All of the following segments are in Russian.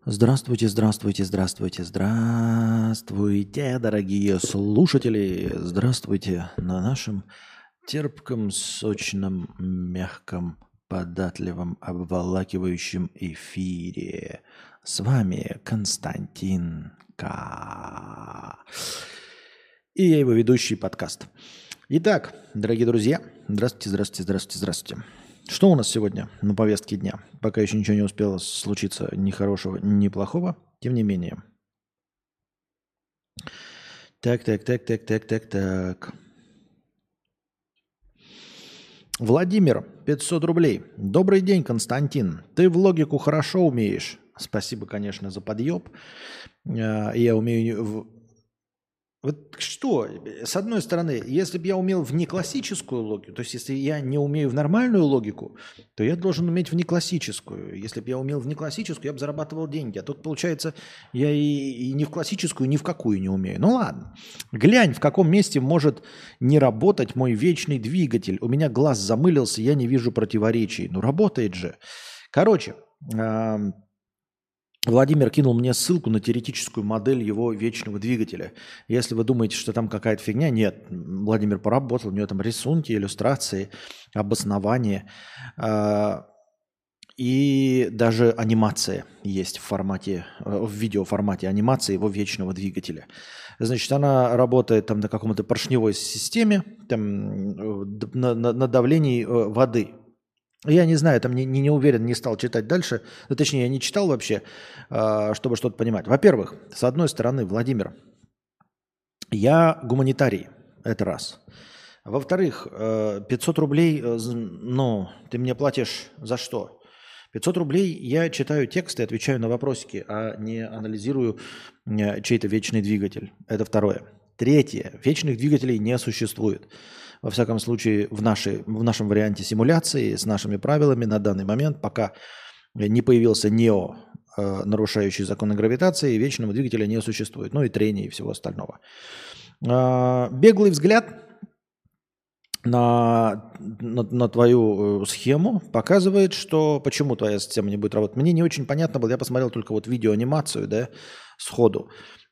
Здравствуйте, здравствуйте, здравствуйте, здравствуйте, дорогие слушатели. Здравствуйте на нашем терпком, сочном, мягком, податливом, обволакивающем эфире. С вами Константин К. И я его ведущий подкаст. Итак, дорогие друзья, здравствуйте, здравствуйте, здравствуйте, здравствуйте. Что у нас сегодня на повестке дня? Пока еще ничего не успело случиться ни хорошего, ни плохого. Тем не менее. Так. Владимир, 500 рублей. Добрый день, Константин. Ты в логику хорошо умеешь. Спасибо, конечно, за подъеб. Я умею... Вот что, с одной стороны, если бы я умел в неклассическую логику, то есть если я не умею в нормальную логику, то я должен уметь в неклассическую. Если бы я умел в неклассическую, я бы зарабатывал деньги. А тут, получается, я и не в классическую, ни в какую не умею. Ну ладно. Глянь, в каком месте может не работать мой вечный двигатель. У меня глаз замылился, я не вижу противоречий. Ну работает же. Короче, Владимир кинул мне ссылку на теоретическую модель его вечного двигателя. Если вы думаете, что там какая-то фигня, нет. Владимир поработал, у него там рисунки, иллюстрации, обоснования. И даже анимация есть в формате, в видеоформате анимации его вечного двигателя. Значит, она работает там на каком-то поршневой системе, там, на давлении воды. Я не знаю, там не уверен, не стал читать дальше. Ну, точнее, я не читал вообще, чтобы что-то понимать. Во-первых, с одной стороны, Владимир, я гуманитарий, это раз. Во-вторых, 500 рублей, ну, ты мне платишь за что? 500 рублей я читаю тексты, отвечаю на вопросики, а не анализирую чей-то вечный двигатель. Это второе. Третье. Вечных двигателей не существует. Во всяком случае, в нашем варианте симуляции с нашими правилами на данный момент, пока не появился НЕО, нарушающий законы гравитации, вечного двигателя не существует. Ну и трения и всего остального. Беглый взгляд на твою схему показывает, что почему твоя система не будет работать. Мне не очень понятно было, я посмотрел только вот видеоанимацию, да, сходу.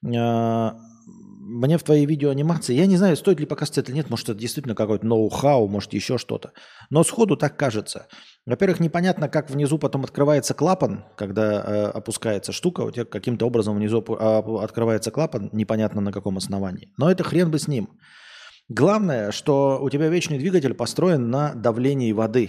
Мне в твоей видеоанимации, я не знаю, стоит ли показывать это или нет, может это действительно какой-то ноу-хау, может еще что-то. Но сходу так кажется. Во-первых, непонятно, как внизу потом открывается клапан, когда опускается штука, у тебя каким-то образом внизу открывается клапан, непонятно на каком основании. Но это хрен бы с ним. Главное, что у тебя вечный двигатель построен на давлении воды.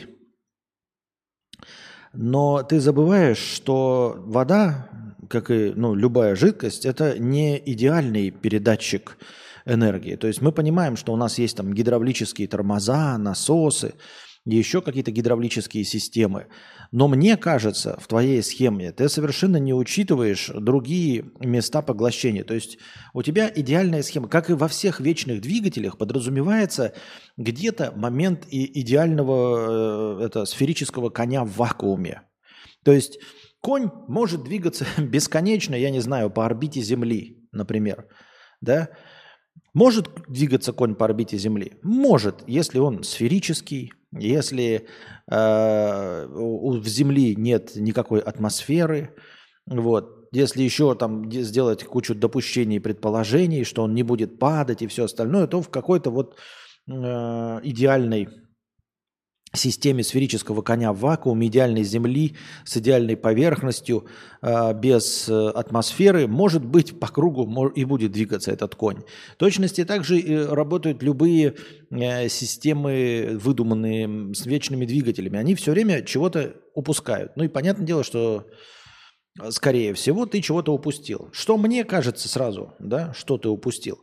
Но ты забываешь, что вода, как и любая жидкость, это не идеальный передатчик энергии. То есть мы понимаем, что у нас есть там гидравлические тормоза, насосы, еще какие-то гидравлические системы. Но мне кажется, в твоей схеме ты совершенно не учитываешь другие места поглощения. То есть у тебя идеальная схема, как и во всех вечных двигателях, подразумевается где-то момент идеального сферического коня в вакууме. То есть конь может двигаться бесконечно, я не знаю, по орбите Земли, например. Да? Может двигаться конь по орбите Земли? Может, если он сферический, если в Земли нет никакой атмосферы, вот, если еще там сделать кучу допущений и предположений, что он не будет падать и все остальное, то в какой-то вот идеальной системе сферического коня в вакууме, идеальной Земли с идеальной поверхностью, без атмосферы, может быть, по кругу и будет двигаться этот конь. В точности также и работают любые системы, выдуманные с вечными двигателями. Они все время чего-то упускают. Ну и понятное дело, что, скорее всего, ты чего-то упустил. Что мне кажется сразу, да, что ты упустил?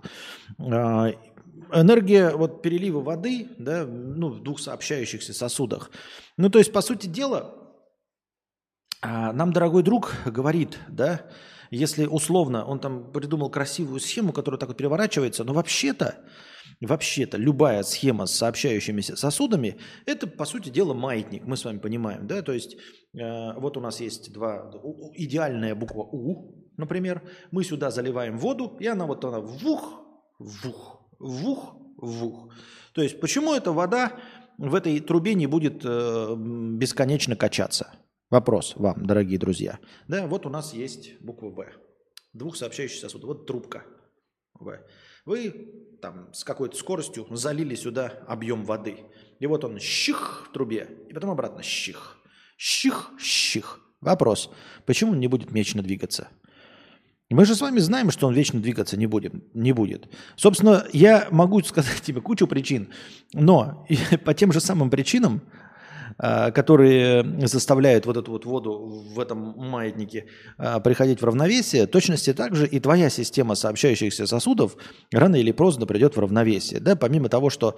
Энергия вот перелива воды, да, в двух сообщающихся сосудах. Ну, то есть, по сути дела, нам дорогой друг говорит, да, если условно он там придумал красивую схему, которая так вот переворачивается, но вообще-то любая схема с сообщающимися сосудами, это, по сути дела, маятник, мы с вами понимаем, да, то есть вот у нас есть идеальная буква У, например, мы сюда заливаем воду, и она вух, вух, вух, вух. То есть почему эта вода в этой трубе не будет бесконечно качаться? Вопрос вам, дорогие друзья. Да, вот у нас есть буква «В». Двух сообщающих сосудов. Вот трубка «В». Вы там с какой-то скоростью залили сюда объем воды. И вот он щих в трубе, и потом обратно щих. Щих, щих. Вопрос. Почему он не будет вечно двигаться? Мы же с вами знаем, что он вечно двигаться не будет. Собственно, я могу сказать тебе кучу причин, но по тем же самым причинам, которые заставляют вот эту вот воду в этом маятнике приходить в равновесие, точности также и твоя система сообщающихся сосудов рано или поздно придет в равновесие. Да? Помимо того, что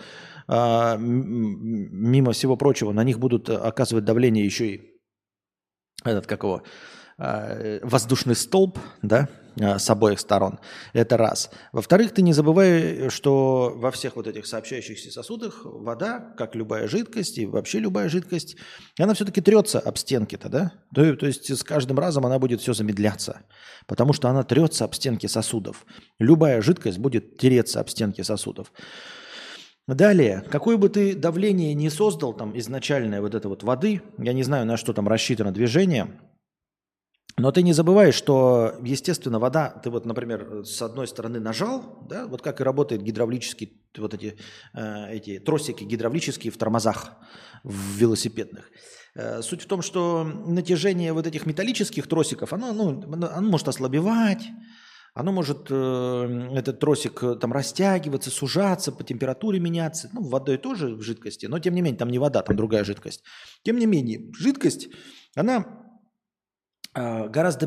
мимо всего прочего на них будут оказывать давление еще и воздушный столб, да, с обоих сторон. Это раз. Во-вторых, ты не забывай, что во всех вот этих сообщающихся сосудах вода, как любая жидкость и вообще любая жидкость, она все-таки трется об стенки-то, да? То есть с каждым разом она будет все замедляться, потому что она трется об стенки сосудов. Любая жидкость будет тереться об стенки сосудов. Далее, какое бы ты давление ни создал, там изначальное вот это вот воды, я не знаю, на что там рассчитано движение, но ты не забывай, что, естественно, вода, ты вот, например, с одной стороны нажал, да, вот как и работают гидравлические, вот эти тросики гидравлические в тормозах в велосипедных. Суть в том, что натяжение вот этих металлических тросиков, оно может ослабевать, оно может, этот тросик там растягиваться, сужаться, по температуре меняться. Ну, водой тоже в жидкости, но тем не менее, там не вода, там другая жидкость. Тем не менее, жидкость, она гораздо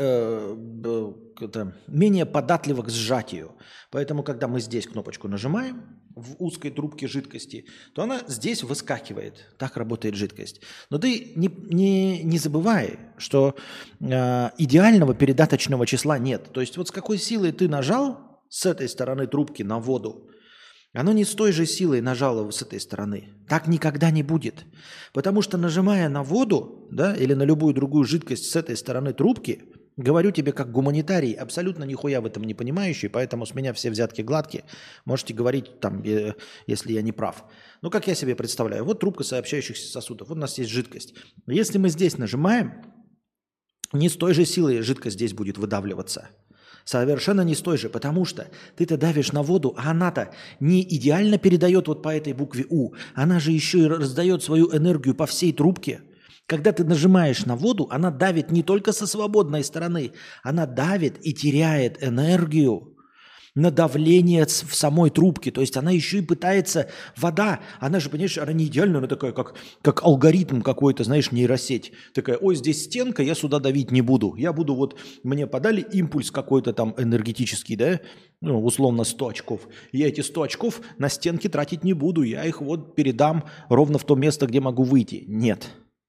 менее податлива к сжатию. Поэтому, когда мы здесь кнопочку нажимаем в узкой трубке жидкости, то она здесь выскакивает. Так работает жидкость. Но ты не забывай, что идеального передаточного числа нет. То есть вот с какой силой ты нажал с этой стороны трубки на воду, оно не с той же силой нажало с этой стороны. Так никогда не будет. Потому что нажимая на воду, да, или на любую другую жидкость с этой стороны трубки, говорю тебе как гуманитарий, абсолютно нихуя в этом не понимающий, поэтому с меня все взятки гладкие. Можете говорить, там, если я не прав. Ну, как я себе представляю. Вот трубка сообщающихся сосудов. Вот у нас есть жидкость. Если мы здесь нажимаем, не с той же силой жидкость здесь будет выдавливаться. Совершенно не с той же, потому что ты-то давишь на воду, а она-то не идеально передает вот по этой букве «У», она же еще и раздает свою энергию по всей трубке. Когда ты нажимаешь на воду, она давит не только со свободной стороны, она давит и теряет энергию на давление в самой трубке. То есть она еще и пытается... Вода, она же, понимаешь, она не идеальная, она такая, как алгоритм какой-то, знаешь, нейросеть. Такая, ой, здесь стенка, я сюда давить не буду. Я буду вот... Мне подали импульс какой-то там энергетический, да, ну, условно 100 очков. Я эти 100 очков на стенки тратить не буду. Я их вот передам ровно в то место, где могу выйти. Нет.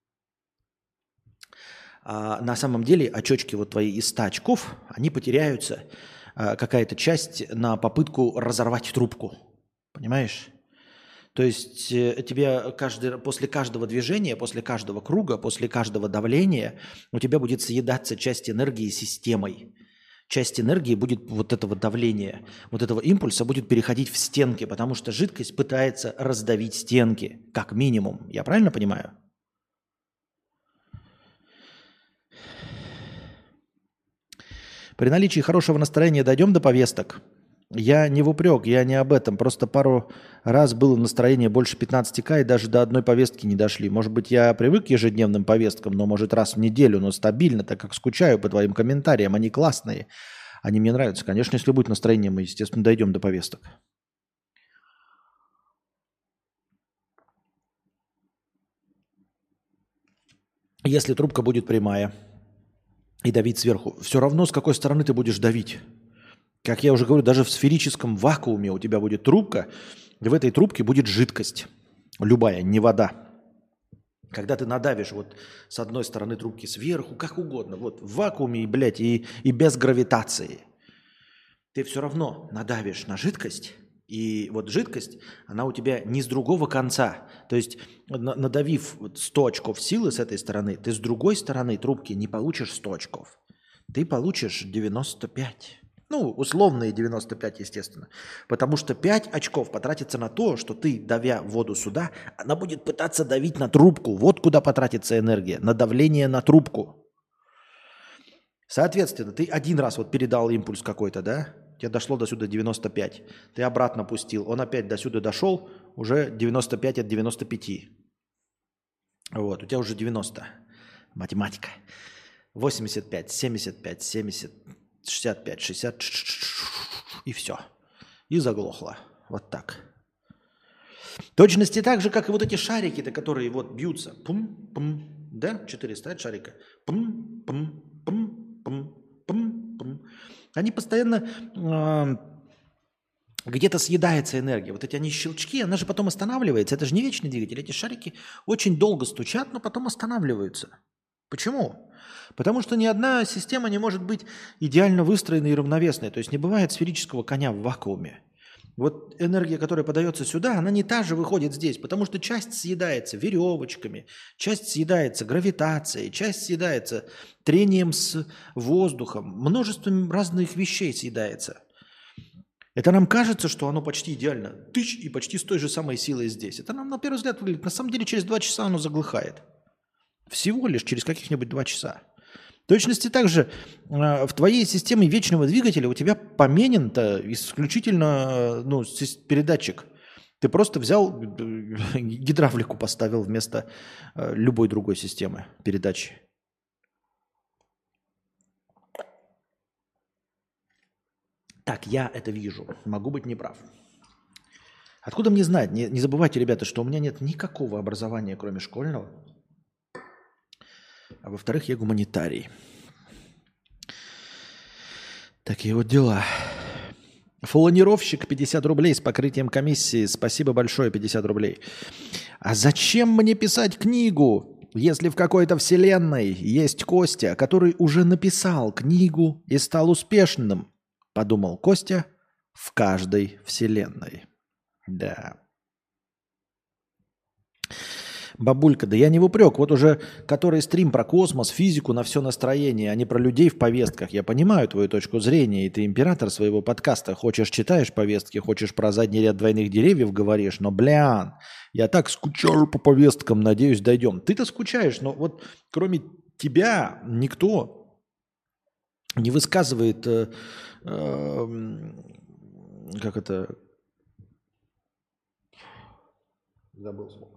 А на самом деле очечки вот твои из 100 очков, они потеряются... какая-то часть на попытку разорвать трубку. Понимаешь? То есть тебе после каждого движения, после каждого круга, после каждого давления у тебя будет съедаться часть энергии системой. Часть энергии будет вот этого давления, вот этого импульса будет переходить в стенки, потому что жидкость пытается раздавить стенки, как минимум. Я правильно понимаю? При наличии хорошего настроения дойдем до повесток. Я не в упрек, я не об этом. Просто пару раз было настроение больше 15к и даже до одной повестки не дошли. Может быть, я привык к ежедневным повесткам, но может раз в неделю, но стабильно, так как скучаю по твоим комментариям. Они классные, они мне нравятся. Конечно, если будет настроение, мы, естественно, дойдем до повесток. Если трубка будет прямая и давить сверху, все равно с какой стороны ты будешь давить. Как я уже говорю, даже в сферическом вакууме у тебя будет трубка, и в этой трубке будет жидкость. Любая, не вода. Когда ты надавишь вот с одной стороны трубки сверху, как угодно, вот в вакууме, блядь, и без гравитации, ты все равно надавишь на жидкость, и вот жидкость, она у тебя не с другого конца. То есть, надавив 100 очков силы с этой стороны, ты с другой стороны трубки не получишь 100 очков. Ты получишь 95. Ну, условные 95, естественно. Потому что 5 очков потратится на то, что ты, давя воду сюда, она будет пытаться давить на трубку. Вот куда потратится энергия. На давление на трубку. Соответственно, ты один раз вот передал импульс какой-то, да? Тебе дошло до сюда 95. Ты обратно пустил. Он опять до сюда дошел. Уже 95 от 95. Вот, у тебя уже 90. Математика. 85, 75, 70, 65, 60. И все. И заглохло. Вот так. В точности так же, как и вот эти шарики-то, которые вот бьются. Пум-пум. Да? 4 стоят шарика. Пум-пум-пум-пум-пум-пум. Они постоянно где-то съедается энергия. Вот эти они щелчки, она же потом останавливается. Это же не вечный двигатель. Эти шарики очень долго стучат, но потом останавливаются. Почему? Потому что ни одна система не может быть идеально выстроенной и равновесной. То есть не бывает сферического коня в вакууме. Вот энергия, которая подается сюда, она не та же выходит здесь, потому что часть съедается веревочками, часть съедается гравитацией, часть съедается трением с воздухом, множеством разных вещей съедается. Это нам кажется, что оно почти идеально. Тыч, и почти с той же самой силой здесь. Это нам на первый взгляд выглядит. На самом деле через 2 часа оно заглыхает. Всего лишь через каких-нибудь 2 часа. В точности так же в твоей системе вечного двигателя у тебя поменен-то исключительно передатчик. Ты просто взял гидравлику поставил вместо любой другой системы передачи. Так, я это вижу. Могу быть неправ. Откуда мне знать? Не забывайте, ребята, что у меня нет никакого образования, кроме школьного. А во-вторых, я гуманитарий. Такие вот дела. Фланировщик 50 рублей с покрытием комиссии. Спасибо большое, 50 рублей. А зачем мне писать книгу, если в какой-то вселенной есть Костя, который уже написал книгу и стал успешным? Подумал Костя, в каждой вселенной. Да. Бабулька, да я не в упрек. Вот уже который стрим про космос, физику, на все настроение, а не про людей в повестках. Я понимаю твою точку зрения, и ты император своего подкаста. Хочешь, читаешь повестки, хочешь про задний ряд двойных деревьев говоришь, но, я так скучаю по повесткам, надеюсь, дойдем. Ты-то скучаешь, но вот кроме тебя никто не высказывает, как это... Забыл слово.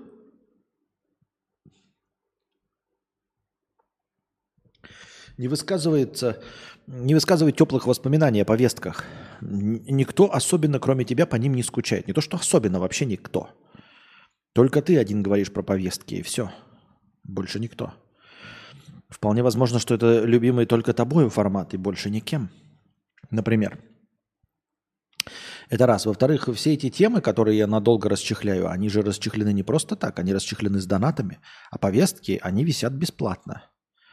Не высказывает теплых воспоминаний о повестках. Никто особенно, кроме тебя, по ним не скучает. Не то, что особенно, вообще никто. Только ты один говоришь про повестки, и все. Больше никто. Вполне возможно, что это любимый только тобой формат, и больше никем. Например. Это раз. Во-вторых, все эти темы, которые я надолго расчехляю, они же расчехлены не просто так, они расчехлены с донатами, а повестки, они висят бесплатно.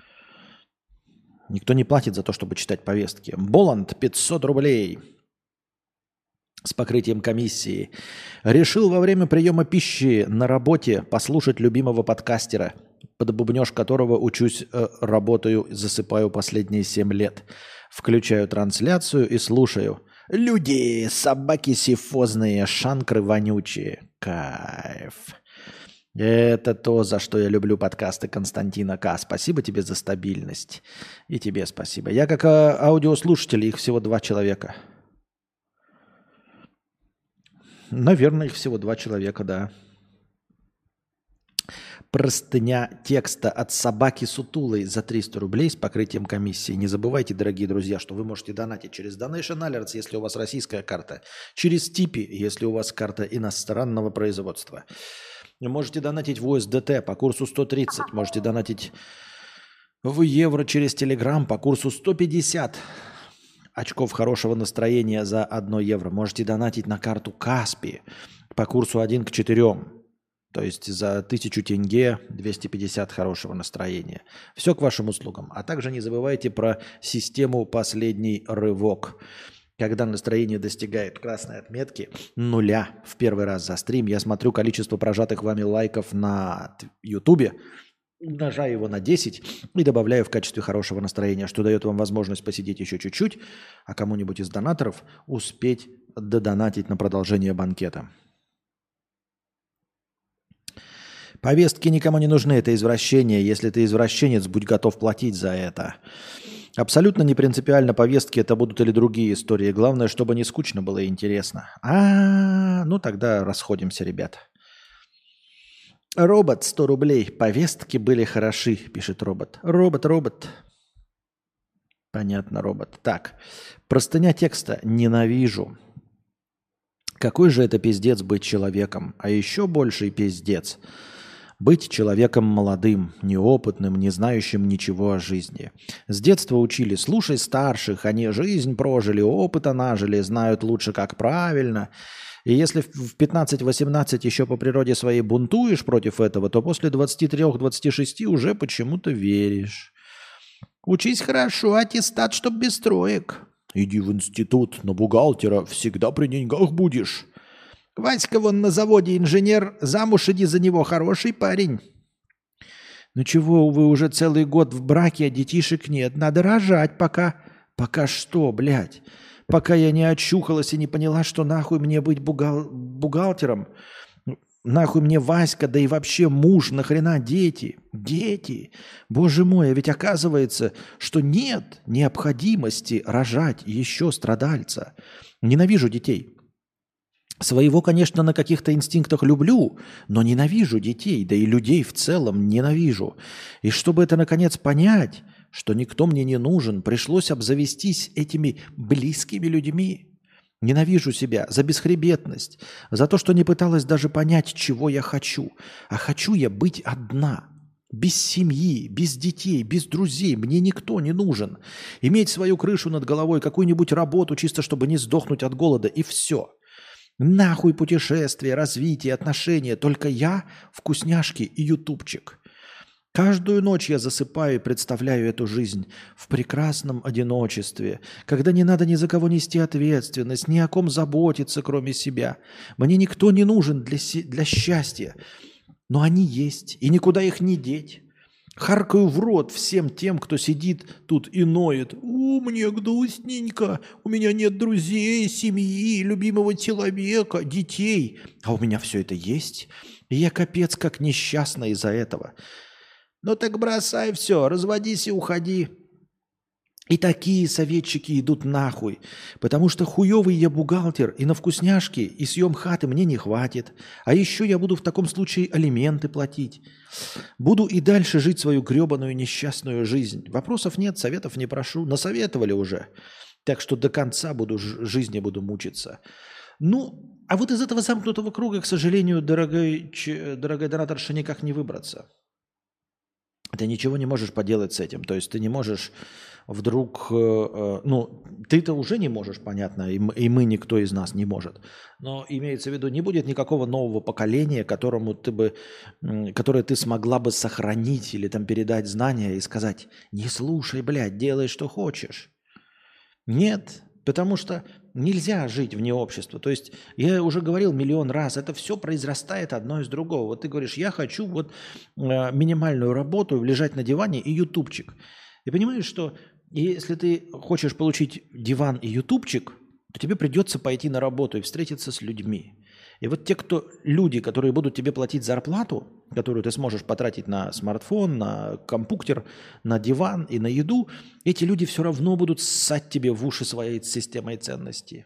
Никто не платит за то, чтобы читать повестки. Боланд, 500 рублей с покрытием комиссии. Решил во время приема пищи на работе послушать любимого подкастера, под бубнёж которого учусь, работаю, засыпаю последние 7 лет. Включаю трансляцию и слушаю. Люди, собаки сифозные, шанкры вонючие. Кайф. Это то, за что я люблю подкасты Константина К. Спасибо тебе за стабильность. И тебе спасибо. Я как аудиослушатель, их всего 2 человека. Наверное, их всего 2 человека, да. Простыня текста от собаки сутулой за 300 рублей с покрытием комиссии. Не забывайте, дорогие друзья, что вы можете донатить через Donation Alerts, если у вас российская карта, через Типи, если у вас карта иностранного производства. Можете донатить в USDT по курсу 130, можете донатить в евро через Telegram по курсу 150 очков хорошего настроения за 1 евро. Можете донатить на карту Каспи по курсу 1 к 4. То есть за 1000 тенге 250 хорошего настроения. Все к вашим услугам. А также не забывайте про систему «Последний рывок». Когда настроение достигает красной отметки 0 в первый раз за стрим, я смотрю количество прожатых вами лайков на Ютубе, умножаю его на 10 и добавляю в качестве хорошего настроения, что дает вам возможность посидеть еще чуть-чуть, а кому-нибудь из донаторов успеть додонатить на продолжение банкета. Повестки никому не нужны, это извращение. Если ты извращенец, будь готов платить за это. Абсолютно не принципиально повестки, это будут или другие истории. Главное, чтобы не скучно было и интересно. Ну тогда расходимся, ребята. Робот, 100 рублей. Повестки были хороши, пишет робот. Робот. Понятно, робот. Так, простыня текста «ненавижу». Какой же это пиздец быть человеком, а еще больший пиздец – быть человеком молодым, неопытным, не знающим ничего о жизни. С детства учили «слушай старших», они жизнь прожили, опыта нажили, знают лучше, как правильно. И если в 15-18 еще по природе своей бунтуешь против этого, то после 23-26 уже почему-то веришь. Учись хорошо, аттестат, чтоб без троек. Иди в институт, на бухгалтера, всегда при деньгах будешь. Васька вон на заводе инженер, замуж иди за него, хороший парень. Ну чего, вы уже целый год в браке, а детишек нет. Надо рожать пока. Пока что, блядь? Пока я не очухалась и не поняла, что нахуй мне быть бухгалтером. Нахуй мне Васька, да и вообще муж, нахрена дети? Дети. Боже мой, а ведь оказывается, что нет необходимости рожать еще страдальца. Ненавижу детей. Своего, конечно, на каких-то инстинктах люблю, но ненавижу детей, да и людей в целом ненавижу. И чтобы это, наконец, понять, что никто мне не нужен, пришлось обзавестись этими близкими людьми. Ненавижу себя за бесхребетность, за то, что не пыталась даже понять, чего я хочу. А хочу я быть одна, без семьи, без детей, без друзей. Мне никто не нужен. Иметь свою крышу над головой, какую-нибудь работу, чисто чтобы не сдохнуть от голода, и все. Нахуй путешествия, развитие, отношения. Только я, вкусняшки и ютубчик. Каждую ночь я засыпаю и представляю эту жизнь в прекрасном одиночестве, когда не надо ни за кого нести ответственность, ни о ком заботиться, кроме себя. Мне никто не нужен для счастья, но они есть, и никуда их не деть. Харкаю в рот всем тем, кто сидит тут и ноет. Мне грустненько, у меня нет друзей, семьи, любимого человека, детей. А у меня все это есть, и я капец как несчастна из-за этого. Ну так бросай все, разводись и уходи. И такие советчики идут нахуй, потому что хуёвый я бухгалтер, и на вкусняшки, и съем хаты мне не хватит. А еще я буду в таком случае алименты платить. Буду и дальше жить свою гребаную несчастную жизнь. Вопросов нет, советов не прошу. Насоветовали уже. Так что до конца жизни буду мучиться. Ну, а вот из этого замкнутого круга, к сожалению, дорогой донаторша, никак не выбраться. Ты ничего не можешь поделать с этим. То есть ты не можешь вдруг... ты-то уже не можешь, понятно, и мы, никто из нас не может. Но имеется в виду, не будет никакого нового поколения, которое ты смогла бы сохранить или там передать знания и сказать: не слушай, блядь, делай, что хочешь. Нет, потому что нельзя жить вне общества. То есть я уже говорил миллион раз, это все произрастает одно из другого. Вот ты говоришь, я хочу минимальную работу, лежать на диване и ютубчик. Ты понимаешь, что если ты хочешь получить диван и ютубчик, то тебе придется пойти на работу и встретиться с людьми. И вот люди, которые будут тебе платить зарплату, которую ты сможешь потратить на смартфон, на компьютер, на диван и на еду, эти люди все равно будут ссать тебе в уши своей системой ценностей.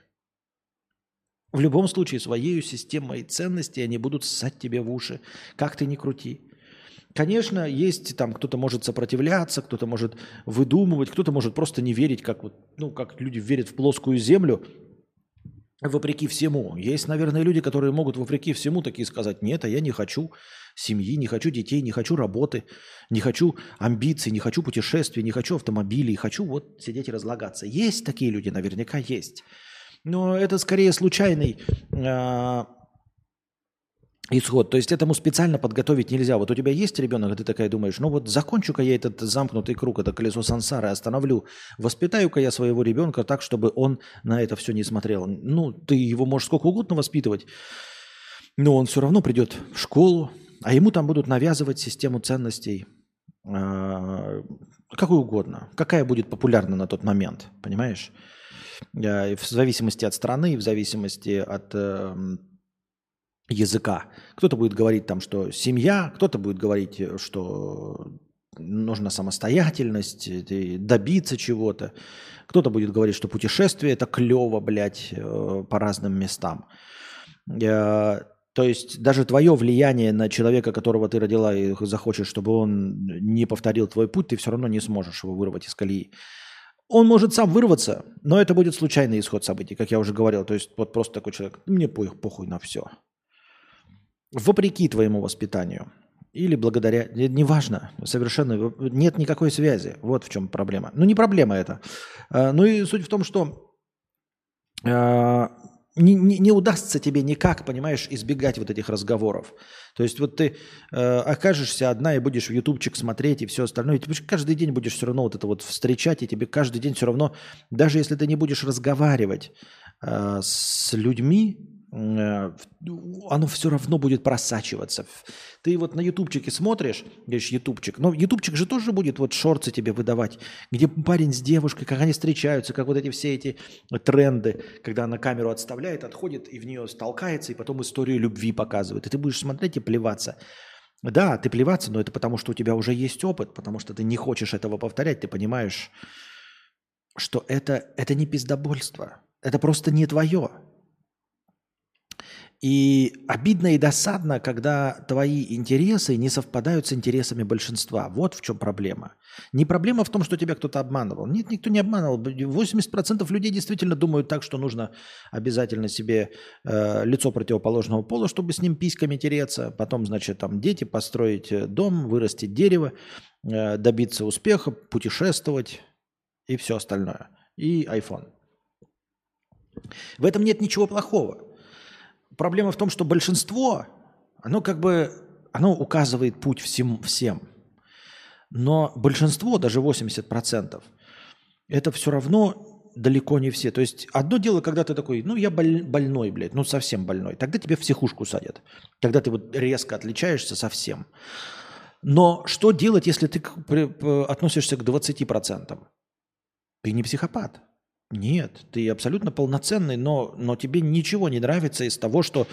В любом случае, своей системой ценностей они будут ссать тебе в уши. Как ты ни крути. Конечно, есть там, кто-то может сопротивляться, кто-то может выдумывать, кто-то может просто не верить, как люди верят в плоскую землю, вопреки всему. Есть, наверное, люди, которые могут вопреки всему такие сказать: нет, а я не хочу семьи, не хочу детей, не хочу работы, не хочу амбиций, не хочу путешествий, не хочу автомобилей, хочу вот сидеть и разлагаться. Есть такие люди, наверняка есть. Но это скорее случайный исход. То есть этому специально подготовить нельзя. Вот у тебя есть ребенок, и ты такая думаешь: ну вот закончу-ка я этот замкнутый круг, это колесо сансары, остановлю. Воспитаю-ка я своего ребенка так, чтобы он на это все не смотрел. Ну, ты его можешь сколько угодно воспитывать, но он все равно придет в школу, а ему там будут навязывать систему ценностей. а, какую угодно, какая будет популярна на тот момент, понимаешь? И в зависимости от страны, в зависимости от языка. Кто-то будет говорить там, что семья, кто-то будет говорить, что нужна самостоятельность, добиться чего-то. Кто-то будет говорить, что путешествие это клево, блядь, по разным местам. То есть даже твое влияние на человека, которого ты родила и захочешь, чтобы он не повторил твой путь, ты все равно не сможешь его вырвать из колеи. Он может сам вырваться, но это будет случайный исход событий, как я уже говорил. То есть вот просто такой человек, мне похуй на все. Вопреки твоему воспитанию. Или благодаря, неважно, совершенно нет никакой связи. Вот в чем проблема. Ну не проблема это. Ну и суть в том, что не удастся тебе никак, понимаешь, избегать вот этих разговоров. То есть вот ты окажешься одна и будешь в ютубчик смотреть и все остальное, и ты каждый день будешь все равно вот это вот встречать, и тебе каждый день все равно, даже если ты не будешь разговаривать с людьми, оно все равно будет просачиваться. Ты вот на ютубчике смотришь, говоришь, ютубчик, но ютубчик же тоже будет вот шорты тебе выдавать, где парень с девушкой, как они встречаются, как вот эти все эти тренды, когда она камеру отставляет, отходит и в нее столкается, и потом историю любви показывает. И ты будешь смотреть и плеваться. Да, ты плеваться, но это потому, что у тебя уже есть опыт, потому что ты не хочешь этого повторять, ты понимаешь, что это не пиздобольство, это просто не твое. И обидно и досадно, когда твои интересы не совпадают с интересами большинства. Вот в чем проблема. Не проблема в том, что тебя кто-то обманывал. Нет, никто не обманывал. 80% людей действительно думают так, что нужно обязательно себе лицо противоположного пола, чтобы с ним письками тереться. Потом, значит, там дети, построить дом, вырастить дерево, добиться успеха, путешествовать и все остальное. И iPhone. В этом нет ничего плохого. Проблема в том, что большинство, оно указывает путь всем. Но большинство, даже 80%, это все равно далеко не все. То есть одно дело, когда ты такой, я больной, блядь, совсем больной. Тогда тебя в психушку садят. Тогда ты вот резко отличаешься совсем. Но что делать, если ты относишься к 20%? Ты не психопат. Нет, ты абсолютно полноценный, но тебе ничего не нравится из того, что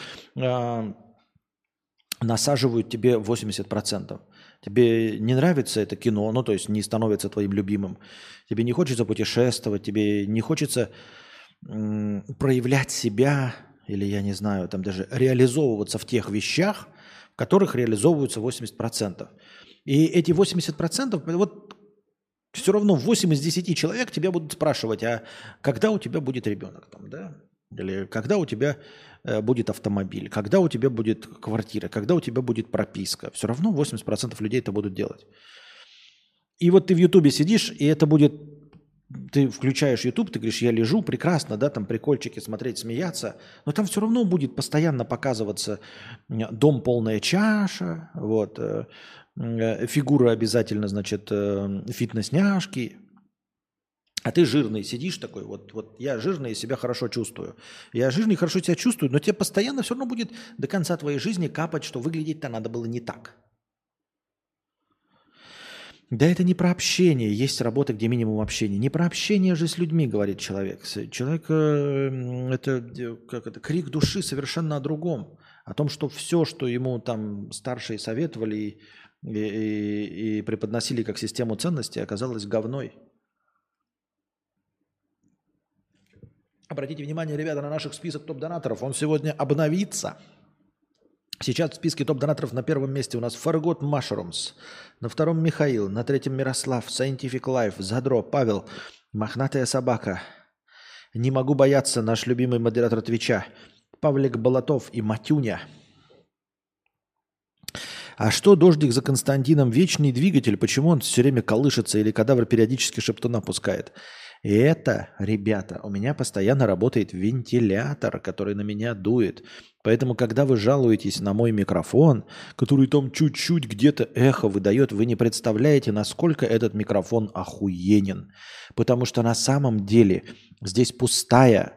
насаживают тебе 80%. Тебе не нравится это кино, то есть не становится твоим любимым. Тебе не хочется путешествовать, тебе не хочется проявлять себя или, я не знаю, там даже реализовываться в тех вещах, в которых реализовываются 80%. И эти 80%, вот все равно 8 из 10 человек тебя будут спрашивать, а когда у тебя будет ребенок, там, да? Или когда у тебя будет автомобиль, когда у тебя будет квартира, когда у тебя будет прописка. Все равно 80% людей это будут делать. И вот ты в Ютубе сидишь, и это будет... Ты включаешь Ютуб, ты говоришь, я лежу, прекрасно, да, там прикольчики смотреть, смеяться, но там все равно будет постоянно показываться дом полная чаша, вот, фигура обязательно, значит, фитнес-няшки. А ты жирный, сидишь такой, вот я жирный и себя хорошо чувствую. Я жирный и хорошо себя чувствую, но тебе постоянно все равно будет до конца твоей жизни капать, что выглядеть-то надо было не так. Да это не про общение. Есть работа, где минимум общения. Не про общение же с людьми, говорит человек. Человек, это крик души совершенно о другом. О том, что все, что ему там старшие советовали и преподносили как систему ценностей, оказалось говной. Обратите внимание, ребята, на наш список топ-донаторов. Он сегодня обновится. Сейчас в списке топ-донаторов на первом месте у нас Forgot Mushrooms, на втором Михаил, на третьем Мирослав, Scientific Life, Задро, Павел, Мохнатая собака. Не могу бояться, наш любимый модератор Твича, Павлик Болотов и Матюня. А что дождик за Константином? Вечный двигатель. Почему он все время колышется или кадавр периодически шептуна пускает? И это, ребята, у меня постоянно работает вентилятор, который на меня дует. Поэтому, когда вы жалуетесь на мой микрофон, который там чуть-чуть где-то эхо выдает, вы не представляете, насколько этот микрофон охуенен. Потому что на самом деле здесь пустая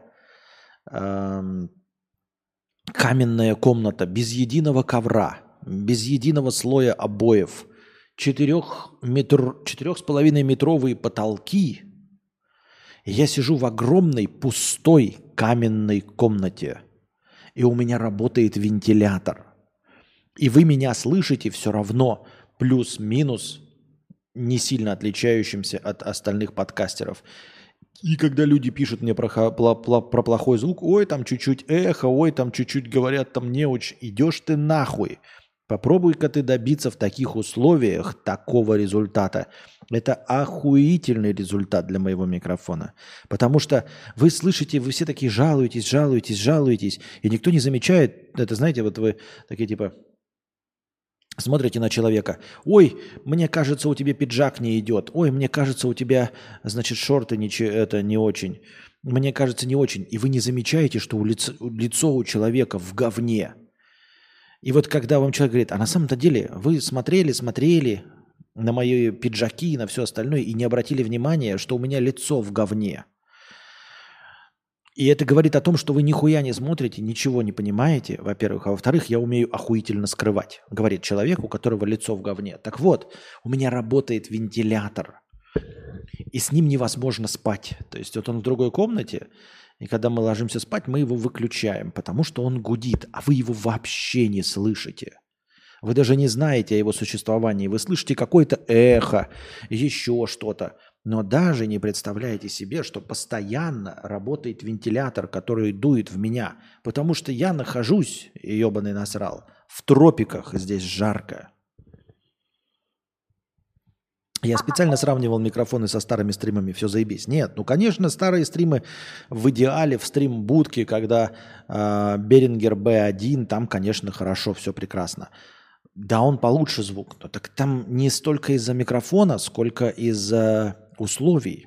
каменная комната, без единого ковра, без единого слоя обоев. 4,5-метровые потолки. И я сижу в огромной пустой каменной комнате. И у меня работает вентилятор. И вы меня слышите все равно плюс-минус не сильно отличающимся от остальных подкастеров. И когда люди пишут мне про плохой звук, ой, там чуть-чуть эхо, ой, там чуть-чуть говорят, там не очень, идешь ты нахуй. Попробуй-ка ты добиться в таких условиях такого результата. Это охуительный результат для моего микрофона. Потому что вы слышите, вы все такие жалуетесь, и никто не замечает, это знаете, вот вы такие типа смотрите на человека, ой, мне кажется, у тебя пиджак не идет, ой, мне кажется, у тебя, значит, шорты не очень, мне кажется, не очень. И вы не замечаете, что лицо у человека в говне. И вот когда вам человек говорит, а на самом-то деле вы смотрели на мои пиджаки и на все остальное и не обратили внимания, что у меня лицо в говне. И это говорит о том, что вы нихуя не смотрите, ничего не понимаете, во-первых. А во-вторых, я умею охуительно скрывать, говорит человек, у которого лицо в говне. Так вот, у меня работает вентилятор, и с ним невозможно спать. То есть вот он в другой комнате, и когда мы ложимся спать, мы его выключаем, потому что он гудит, а вы его вообще не слышите. Вы даже не знаете о его существовании. Вы слышите какое-то эхо, еще что-то. Но даже не представляете себе, что постоянно работает вентилятор, который дует в меня. Потому что я нахожусь, ебаный насрал, в тропиках, здесь жарко. Я специально сравнивал микрофоны со старыми стримами, все заебись. Нет, ну, конечно, старые стримы в идеале в стрим-будке, когда Behringer B1, там, конечно, хорошо, все прекрасно. Да, он получше звук, но так там не столько из-за микрофона, сколько из-за условий.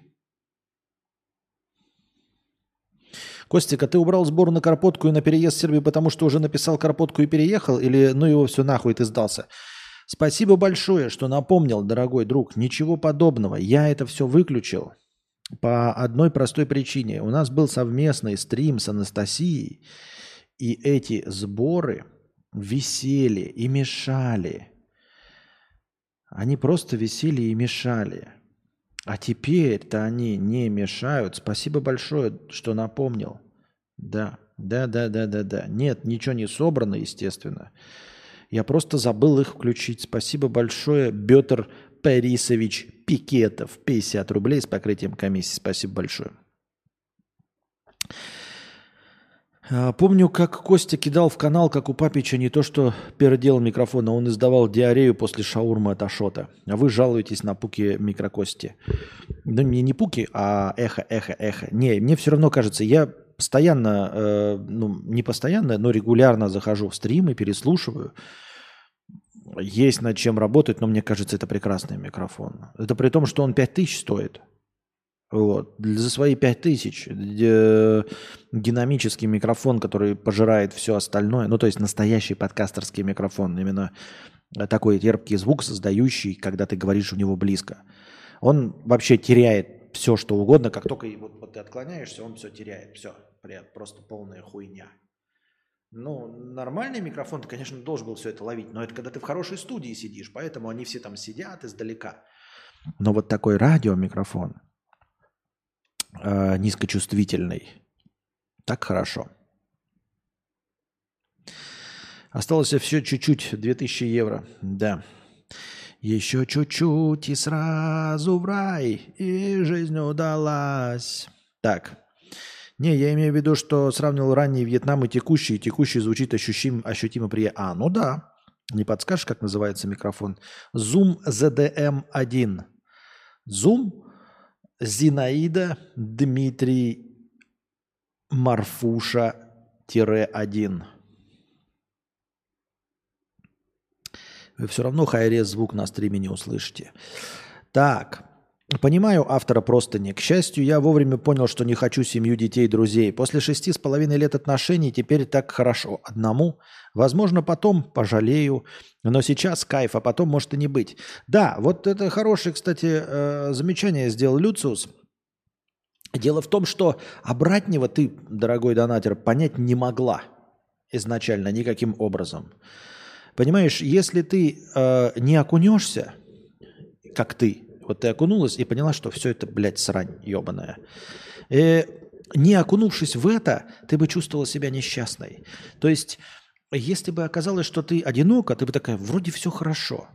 Костик, а ты убрал сбор на Карпотку и на переезд в Сербию, потому что уже написал Карпотку и переехал? Или ну его все нахуй, ты сдался? Спасибо большое, что напомнил, дорогой друг. Ничего подобного. Я это все выключил по одной простой причине. У нас был совместный стрим с Анастасией, и эти сборы висели и мешали. Они просто висели и мешали. А теперь-то они не мешают. Спасибо большое, что напомнил. Да. Нет, ничего не собрано, естественно. Я просто забыл их включить. Спасибо большое, Бетр Парисович Пикетов. 50 рублей с покрытием комиссии. Спасибо большое. Помню, как Костя кидал в канал, как у Папича, не то что передел микрофон, а он издавал диарею после шаурмы от Ашота. А вы жалуетесь на пуки микрокости. Да мне не пуки, а эхо. Не, мне все равно кажется, я постоянно, не постоянно, но регулярно захожу в стрим и переслушиваю. Есть над чем работать, но мне кажется, это прекрасный микрофон. Это при том, что он 5000 стоит. Вот. За свои 5000 динамический микрофон, который пожирает все остальное, ну то есть настоящий подкастерский микрофон, именно такой терпкий звук, создающий, когда ты говоришь у него близко. Он вообще теряет все, что угодно, как только вот ты отклоняешься, он все теряет, все, просто полная хуйня. Ну, нормальный микрофон, ты, конечно, должен был все это ловить, но это когда ты в хорошей студии сидишь, поэтому они все там сидят издалека. Но вот такой радиомикрофон, низкочувствительный. Так хорошо. Осталось все чуть-чуть, 2000 евро. Да. Еще чуть-чуть и сразу в рай, и жизнь удалась. Так. Не, я имею в виду, что сравнивал ранний Вьетнам и текущий. И текущий звучит ощутимо приятно. Ну да. Не подскажешь, как называется микрофон? Zoom ZDM1. Zoom Зинаида Дмитрий Марфуша-1. Вы все равно хай-рез звук на стриме не услышите. Так. Понимаю автора простыни. К счастью, я вовремя понял, что не хочу семью, детей, друзей. После 6,5 лет отношений теперь так хорошо одному. Возможно, потом пожалею. Но сейчас кайф, а потом может и не быть. Да, вот это хорошее, кстати, замечание сделал Люциус. Дело в том, что обратного ты, дорогой донатер, понять не могла изначально никаким образом. Понимаешь, если ты не окунешься как ты. Вот ты окунулась и поняла, что все это, блядь, срань ебаная. Не окунувшись в это, ты бы чувствовала себя несчастной. То есть, если бы оказалось, что ты одинока, ты бы такая, вроде все хорошо.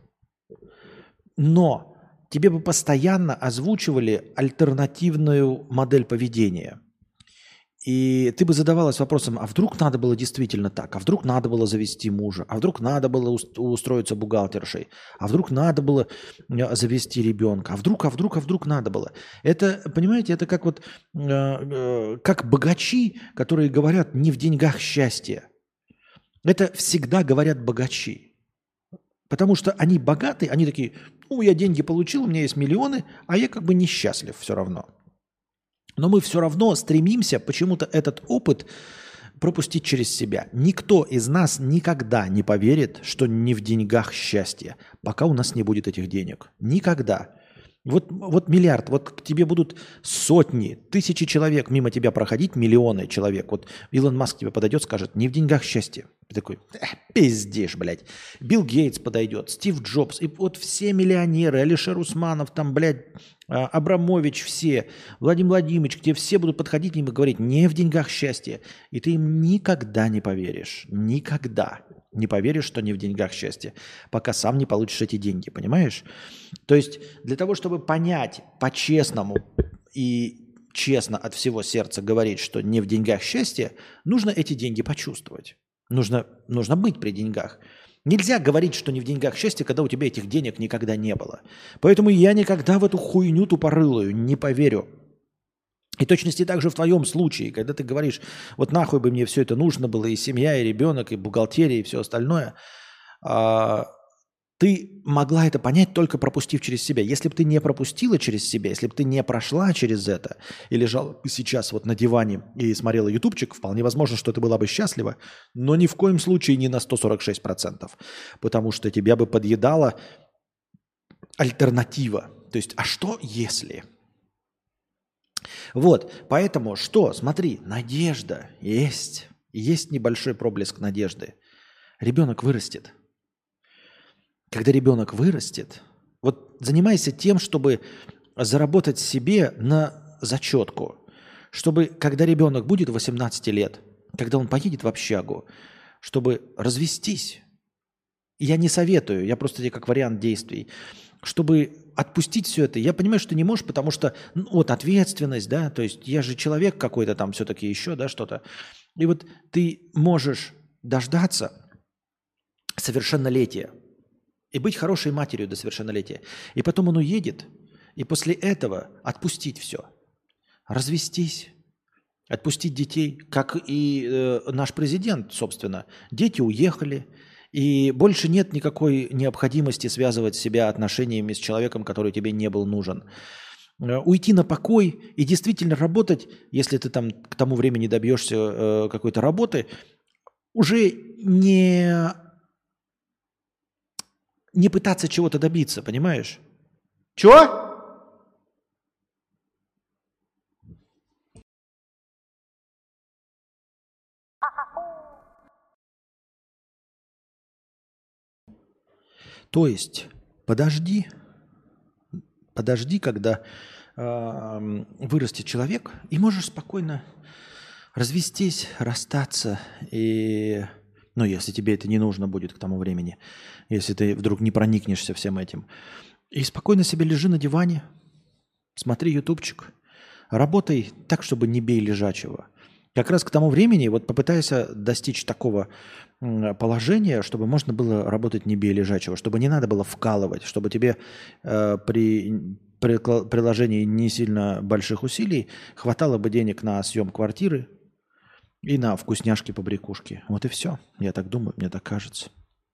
Но тебе бы постоянно озвучивали альтернативную модель поведения. И ты бы задавалась вопросом, а вдруг надо было действительно так? А вдруг надо было завести мужа? А вдруг надо было устроиться бухгалтершей? А вдруг надо было завести ребенка? А вдруг надо было? Это, понимаете, это как вот, как богачи, которые говорят, не в деньгах счастье. Это всегда говорят богачи. Потому что они богаты, они такие, ну, я деньги получил, у меня есть миллионы, а я как бы несчастлив все равно. Но мы все равно стремимся почему-то этот опыт пропустить через себя. Никто из нас никогда не поверит, что не в деньгах счастье, пока у нас не будет этих денег. Никогда. Вот миллиард, вот к тебе будут сотни, тысячи человек мимо тебя проходить, миллионы человек. Вот Илон Маск к тебе подойдет, скажет, не в деньгах счастье. Ты такой, пиздишь, блядь. Билл Гейтс подойдет, Стив Джобс, и вот все миллионеры, Алишер Усманов, там, блядь, Абрамович, все, Владимир Владимирович, к тебе все будут подходить им и говорить, не в деньгах счастье. И ты им никогда не поверишь, никогда не поверишь, что не в деньгах счастье, пока сам не получишь эти деньги, понимаешь? То есть для того, чтобы понять по-честному и честно от всего сердца говорить, что не в деньгах счастье, нужно эти деньги почувствовать. Нужно быть при деньгах. Нельзя говорить, что не в деньгах счастье, когда у тебя этих денег никогда не было. Поэтому я никогда в эту хуйню тупорылую не поверю. И точности также в твоем случае, когда ты говоришь, вот нахуй бы мне все это нужно было, и семья, и ребенок, и бухгалтерия, и все остальное, ты могла это понять, только пропустив через себя. Если бы ты не пропустила через себя, если бы ты не прошла через это, и лежала сейчас вот на диване и смотрела ютубчик, вполне возможно, что ты была бы счастлива, но ни в коем случае не на 146%, потому что тебя бы подъедала альтернатива. То есть, а что если... Вот, поэтому что? Смотри, надежда есть. Есть небольшой проблеск надежды. Ребенок вырастет. Когда ребенок вырастет, вот занимайся тем, чтобы заработать себе на зачетку. Чтобы, когда ребенок будет 18 лет, когда он поедет в общагу, чтобы развестись. Я не советую, я просто тебе как вариант действий. Чтобы отпустить все это, я понимаю, что ты не можешь, потому что ну, вот ответственность, да, то есть я же человек какой-то там все-таки еще, да, что-то. И вот ты можешь дождаться совершеннолетия и быть хорошей матерью до совершеннолетия. И потом он уедет, и после этого отпустить все. Развестись, отпустить детей, как и наш президент, собственно. Дети уехали, и больше нет никакой необходимости связывать себя отношениями с человеком, который тебе не был нужен. Уйти на покой и действительно работать, если ты там к тому времени добьешься какой-то работы, уже не пытаться чего-то добиться, понимаешь? Чего? То есть подожди, когда вырастет человек, и можешь спокойно развестись, расстаться, и, ну, если тебе это не нужно будет к тому времени, если ты вдруг не проникнешься всем этим, и спокойно себе лежи на диване, смотри ютубчик, работай так, чтобы не бей лежачего. Как раз к тому времени вот попытайся достичь такого положения, чтобы можно было работать не бей лежачего, чтобы не надо было вкалывать, чтобы тебе при приложении не сильно больших усилий хватало бы денег на съем квартиры и на вкусняшки-побрякушки. Вот и все. Я так думаю, мне так кажется.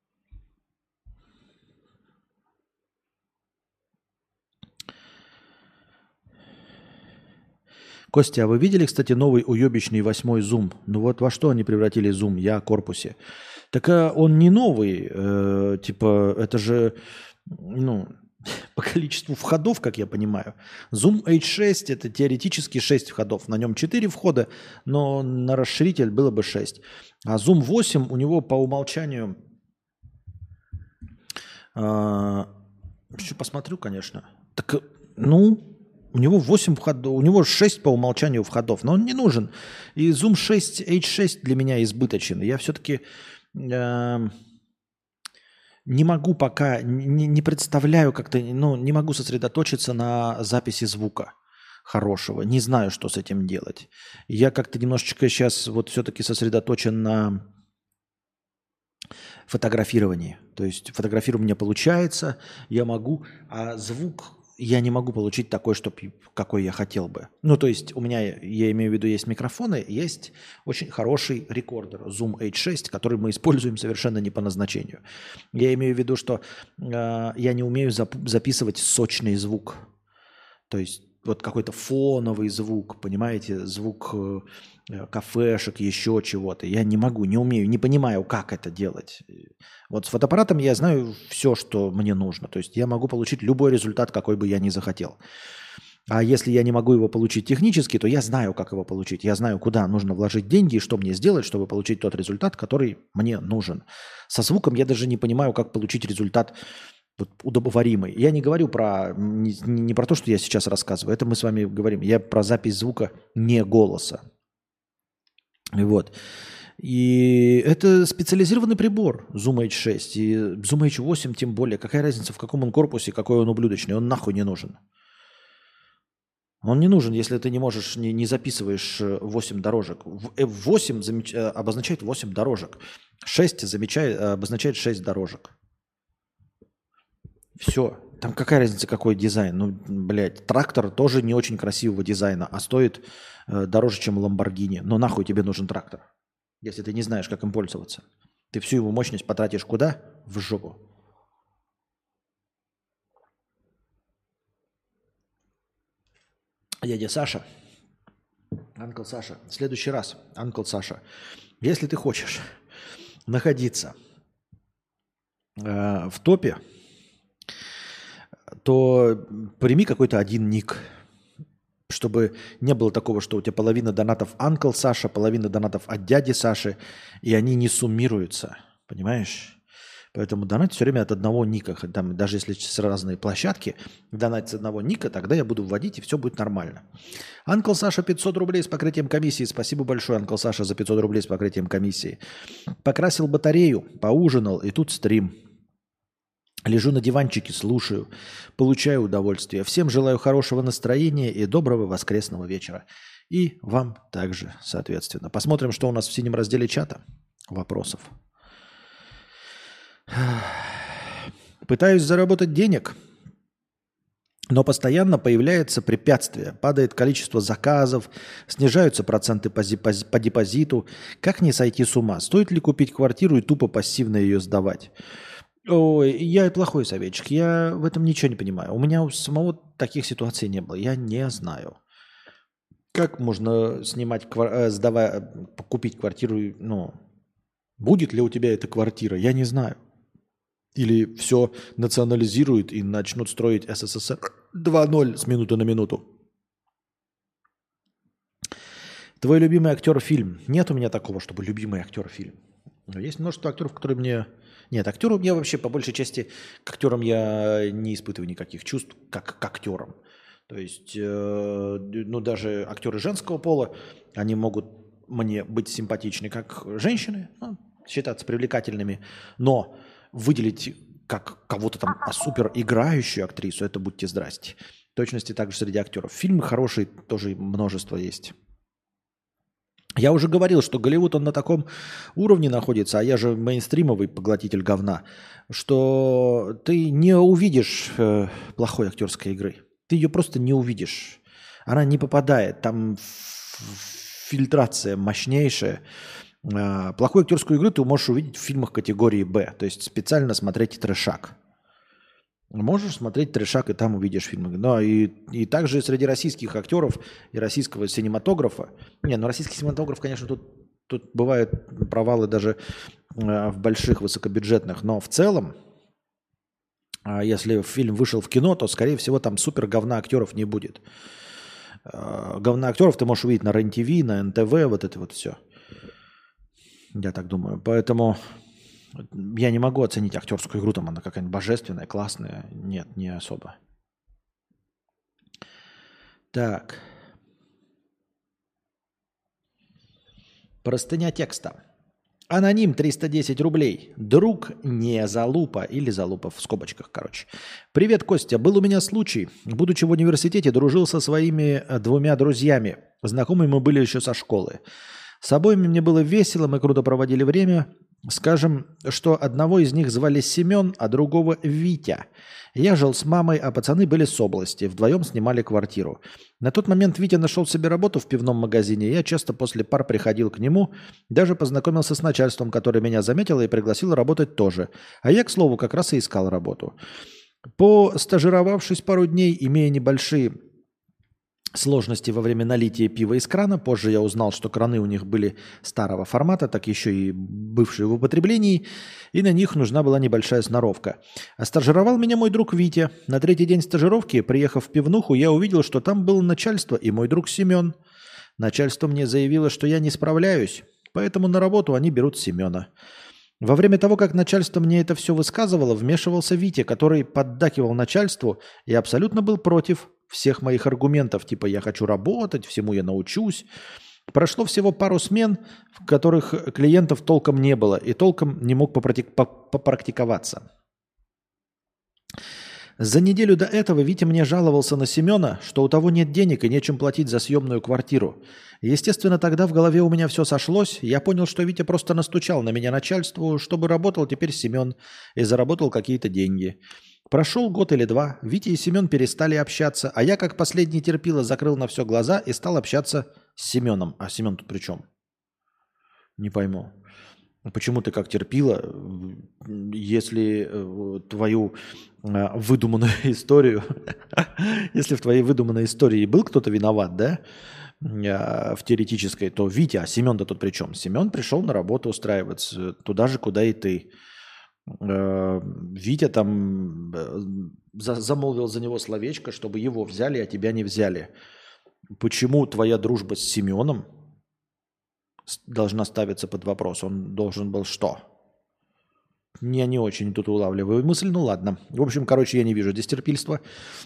Костя, а вы видели, кстати, новый уебищный 8-й Zoom? Ну вот во что они превратили Zoom? Я о корпусе. Так он не новый. Типа это же, ну, по количеству входов, как я понимаю. Zoom H6 это теоретически 6 входов. На нем 4 входа, но на расширитель было бы 6. А Zoom 8 у него по умолчанию Еще посмотрю, конечно. Так, ну, у него 8 входов, у него 6 по умолчанию входов, но он не нужен. И Zoom 6 H6 для меня избыточен. Я все-таки не могу пока, не представляю как-то, ну, не могу сосредоточиться на записи звука хорошего. Не знаю, что с этим делать. Я как-то немножечко сейчас вот все-таки сосредоточен на фотографировании. То есть фотографирование у меня получается, я могу, а звук я не могу получить такой, какой я хотел бы. Ну, то есть у меня, я имею в виду, есть микрофоны, есть очень хороший рекордер Zoom H6, который мы используем совершенно не по назначению. Я имею в виду, что я не умею записывать сочный звук. То есть вот какой-то фоновый звук, понимаете, звук кафешек, еще чего-то. Я не могу, не умею, не понимаю, как это делать. Вот с фотоаппаратом я знаю все, что мне нужно. То есть я могу получить любой результат, какой бы я ни захотел. А если я не могу его получить технически, то я знаю, как его получить. Я знаю, куда нужно вложить деньги и что мне сделать, чтобы получить тот результат, который мне нужен. Со звуком я даже не понимаю, как получить результат вот, удобоваримый. Я не говорю про не про то, что я сейчас рассказываю. Это мы с вами говорим. Я про запись звука не голоса. Вот. И это специализированный прибор Zoom H6. И Zoom H8 тем более. Какая разница, в каком он корпусе, какой он ублюдочный. Он нахуй не нужен. Он не нужен, если ты не можешь, не записываешь 8 дорожек. 8 обозначает 8 дорожек. 6 обозначает 6 дорожек. Все. Там какая разница, какой дизайн? Ну, блядь, трактор тоже не очень красивого дизайна, а стоит дороже, чем Lamborghini. Но нахуй тебе нужен трактор, если ты не знаешь, как им пользоваться. Ты всю его мощность потратишь куда? В жопу. Дядя Саша, Анкл Саша, в следующий раз, Анкл Саша, если ты хочешь находиться в топе, то прими какой-то один ник, чтобы не было такого, что у тебя половина донатов Анкл Саша, половина донатов от дяди Саши, и они не суммируются, понимаешь? Поэтому донать все время от одного ника. Там, даже если с разные площадки, донать с одного ника, тогда я буду вводить, и все будет нормально. Анкл Саша 500 рублей с покрытием комиссии. Спасибо большое, Анкл Саша, за 500 рублей с покрытием комиссии. Покрасил батарею, поужинал, и тут стрим. Лежу на диванчике, слушаю, получаю удовольствие. Всем желаю хорошего настроения и доброго воскресного вечера. И вам также, соответственно. Посмотрим, что у нас в синем разделе чата. Вопросов. Пытаюсь заработать денег, но постоянно появляется препятствие. Падает количество заказов, снижаются проценты по депозиту. Как не сойти с ума? Стоит ли купить квартиру и тупо пассивно ее сдавать? Ой, я плохой советчик. Я в этом ничего не понимаю. У меня у самого таких ситуаций не было. Я не знаю. Как можно купить квартиру? Ну, будет ли у тебя эта квартира? Я не знаю. Или все национализируют и начнут строить СССР 2.0 с минуты на минуту. Твой любимый актер фильм? Нет у меня такого, чтобы любимый актер фильм. Но есть множество актеров, которые мне... Нет, актеру я вообще по большей части к актерам я не испытываю никаких чувств, как к актерам. То есть, ну даже актеры женского пола, они могут мне быть симпатичны как женщины, ну, считаться привлекательными, но выделить как кого-то там супер играющую актрису, это будьте здрасте. В точности также среди актеров. Фильмы хорошие тоже множество есть. Я уже говорил, что Голливуд, он на таком уровне находится, а я же мейнстримовый поглотитель говна, что ты не увидишь плохой актерской игры. Ты ее просто не увидишь. Она не попадает. Там фильтрация мощнейшая. Плохую актерскую игру ты можешь увидеть в фильмах категории «Б», то есть специально смотреть трешак. Можешь смотреть трешак, и там увидишь фильмы. Но и также среди российских актеров и российского синематографа. Не, ну российский синематограф, конечно, тут бывают провалы даже в больших высокобюджетных. Но в целом, если фильм вышел в кино, то, скорее всего, там супер говна актеров не будет. Говна актеров ты можешь увидеть на РЕН-ТВ, на НТВ, вот это вот все. Я так думаю. Поэтому Я не могу оценить актерскую игру, там она какая-нибудь божественная, классная. Нет, не особо. Так. Простыня текста. Аноним 310 рублей. Друг не залупа. Или залупа в скобочках, короче. Привет, Костя. Был у меня случай. Будучи в университете, дружил со своими двумя друзьями. Знакомы мы были еще со школы. С обоими мне было весело, мы круто проводили время. Скажем, что одного из них звали Семен, а другого Витя. Я жил с мамой, а пацаны были с области. Вдвоем снимали квартиру. На тот момент Витя нашел себе работу в пивном магазине. Я часто после пар приходил к нему. Даже познакомился с начальством, которое меня заметило и пригласило работать тоже. А я, к слову, как раз и искал работу. Постажировавшись пару дней, имея небольшие сложности во время налития пива из крана. Позже я узнал, что краны у них были старого формата, так еще и бывшие в употреблении, и на них нужна была небольшая сноровка. А стажировал меня мой друг Витя. На третий день стажировки, приехав в пивнуху, я увидел, что там было начальство и мой друг Семен. Начальство мне заявило, что я не справляюсь, поэтому на работу они берут Семена. Во время того, как начальство мне это все высказывало, вмешивался Витя, который поддакивал начальству и абсолютно был против всех моих аргументов, типа «я хочу работать, всему я научусь». Прошло всего пару смен, в которых клиентов толком не было и толком не мог попрактиковаться. За неделю до этого Витя мне жаловался на Семена, что у того нет денег и нечем платить за съемную квартиру. Естественно, тогда в голове у меня все сошлось. Я понял, что Витя просто настучал на меня начальству, чтобы работал теперь Семен и заработал какие-то деньги. Прошел год или два, Витя и Семен перестали общаться, а я, как последний терпило, закрыл на все глаза и стал общаться с Семеном. А Семен тут при чем? Не пойму. Почему ты как терпила, если твою выдуманную историю, если в твоей выдуманной истории был кто-то виноват, да, в теоретической, то Витя, а Семен-то тут при чем? Семен пришел на работу устраиваться туда же, куда и ты. Витя там замолвил за него словечко, чтобы его взяли, а тебя не взяли. Почему твоя дружба с Семеном должна ставиться под вопрос? Он должен был что? Я не очень тут улавливаю мысль, ну ладно. В общем, короче, я не вижу здесь терпильства.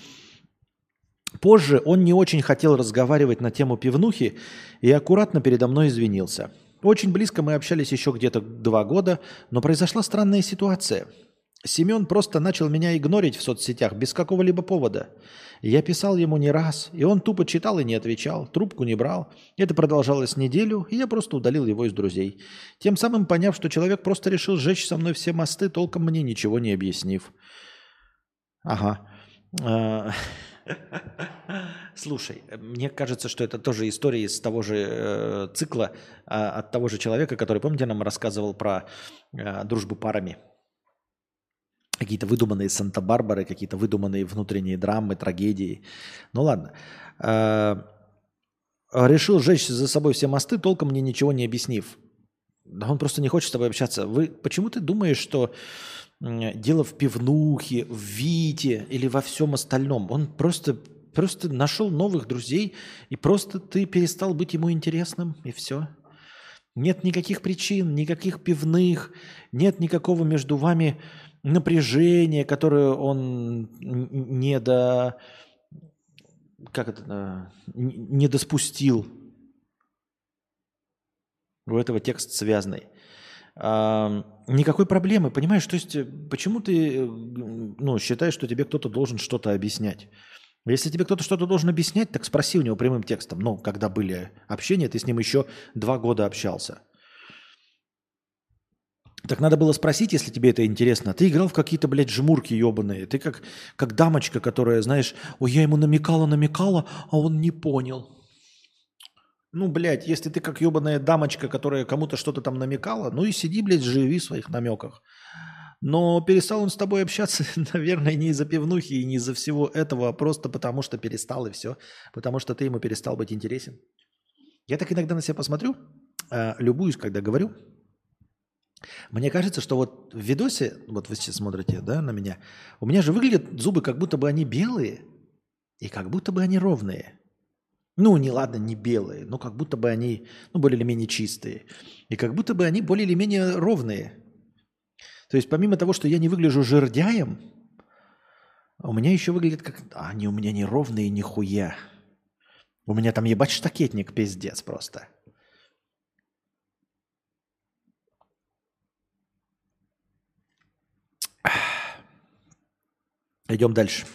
Позже он не очень хотел разговаривать на тему пивнухи и аккуратно передо мной извинился. Очень близко мы общались еще где-то 2 года, но произошла странная ситуация. Семен просто начал меня игнорить в соцсетях без какого-либо повода. Я писал ему не раз, и он тупо читал и не отвечал, трубку не брал. Это продолжалось неделю, и я просто удалил его из друзей. Тем самым поняв, что человек просто решил сжечь со мной все мосты, толком мне ничего не объяснив. Ага. Слушай, мне кажется, что это тоже история из того же цикла, от того же человека, который, помните, нам рассказывал про дружбу парами. Какие-то выдуманные Санта-Барбары, какие-то выдуманные внутренние драмы, трагедии. Ну ладно. Решил сжечь за собой все мосты, толком мне ничего не объяснив. Да он просто не хочет с тобой общаться. Почему ты думаешь, что дело в пивнухе, в Вите или во всем остальном? Он просто нашел новых друзей, и просто ты перестал быть ему интересным, и все. Нет никаких причин, никаких пивных, нет никакого между вами напряжения, которое он не доспустил. У этого текст связанный. Никакой проблемы, понимаешь? То есть почему ты считаешь, что тебе кто-то должен что-то объяснять? Если тебе кто-то что-то должен объяснять, так спроси у него прямым текстом. Ну, когда были общения, ты с ним еще 2 года общался. Так надо было спросить, если тебе это интересно. Ты играл в какие-то, блядь, жмурки ебаные. Ты как дамочка, которая, знаешь, ой, я ему намекала, а он не понял. Ну, блядь, если ты как ебаная дамочка, которая кому-то что-то там намекала, ну и сиди, блядь, живи в своих намеках. Но перестал он с тобой общаться, наверное, не из-за пивнухи и не из-за всего этого, а просто потому что перестал и все. Потому что ты ему перестал быть интересен. Я так иногда на себя посмотрю, любуюсь, когда говорю. Мне кажется, что вот в видосе, вот вы сейчас смотрите, да, на меня, у меня же выглядят зубы, как будто бы они белые и как будто бы они ровные. Ну, не ладно, не белые, но как будто бы они, более или менее чистые. И как будто бы они более или менее ровные. То есть помимо того, что я не выгляжу жердяем, у меня еще выглядит как... Они у меня не ровные нихуя. У меня там ебать штакетник, пиздец просто. Идем дальше.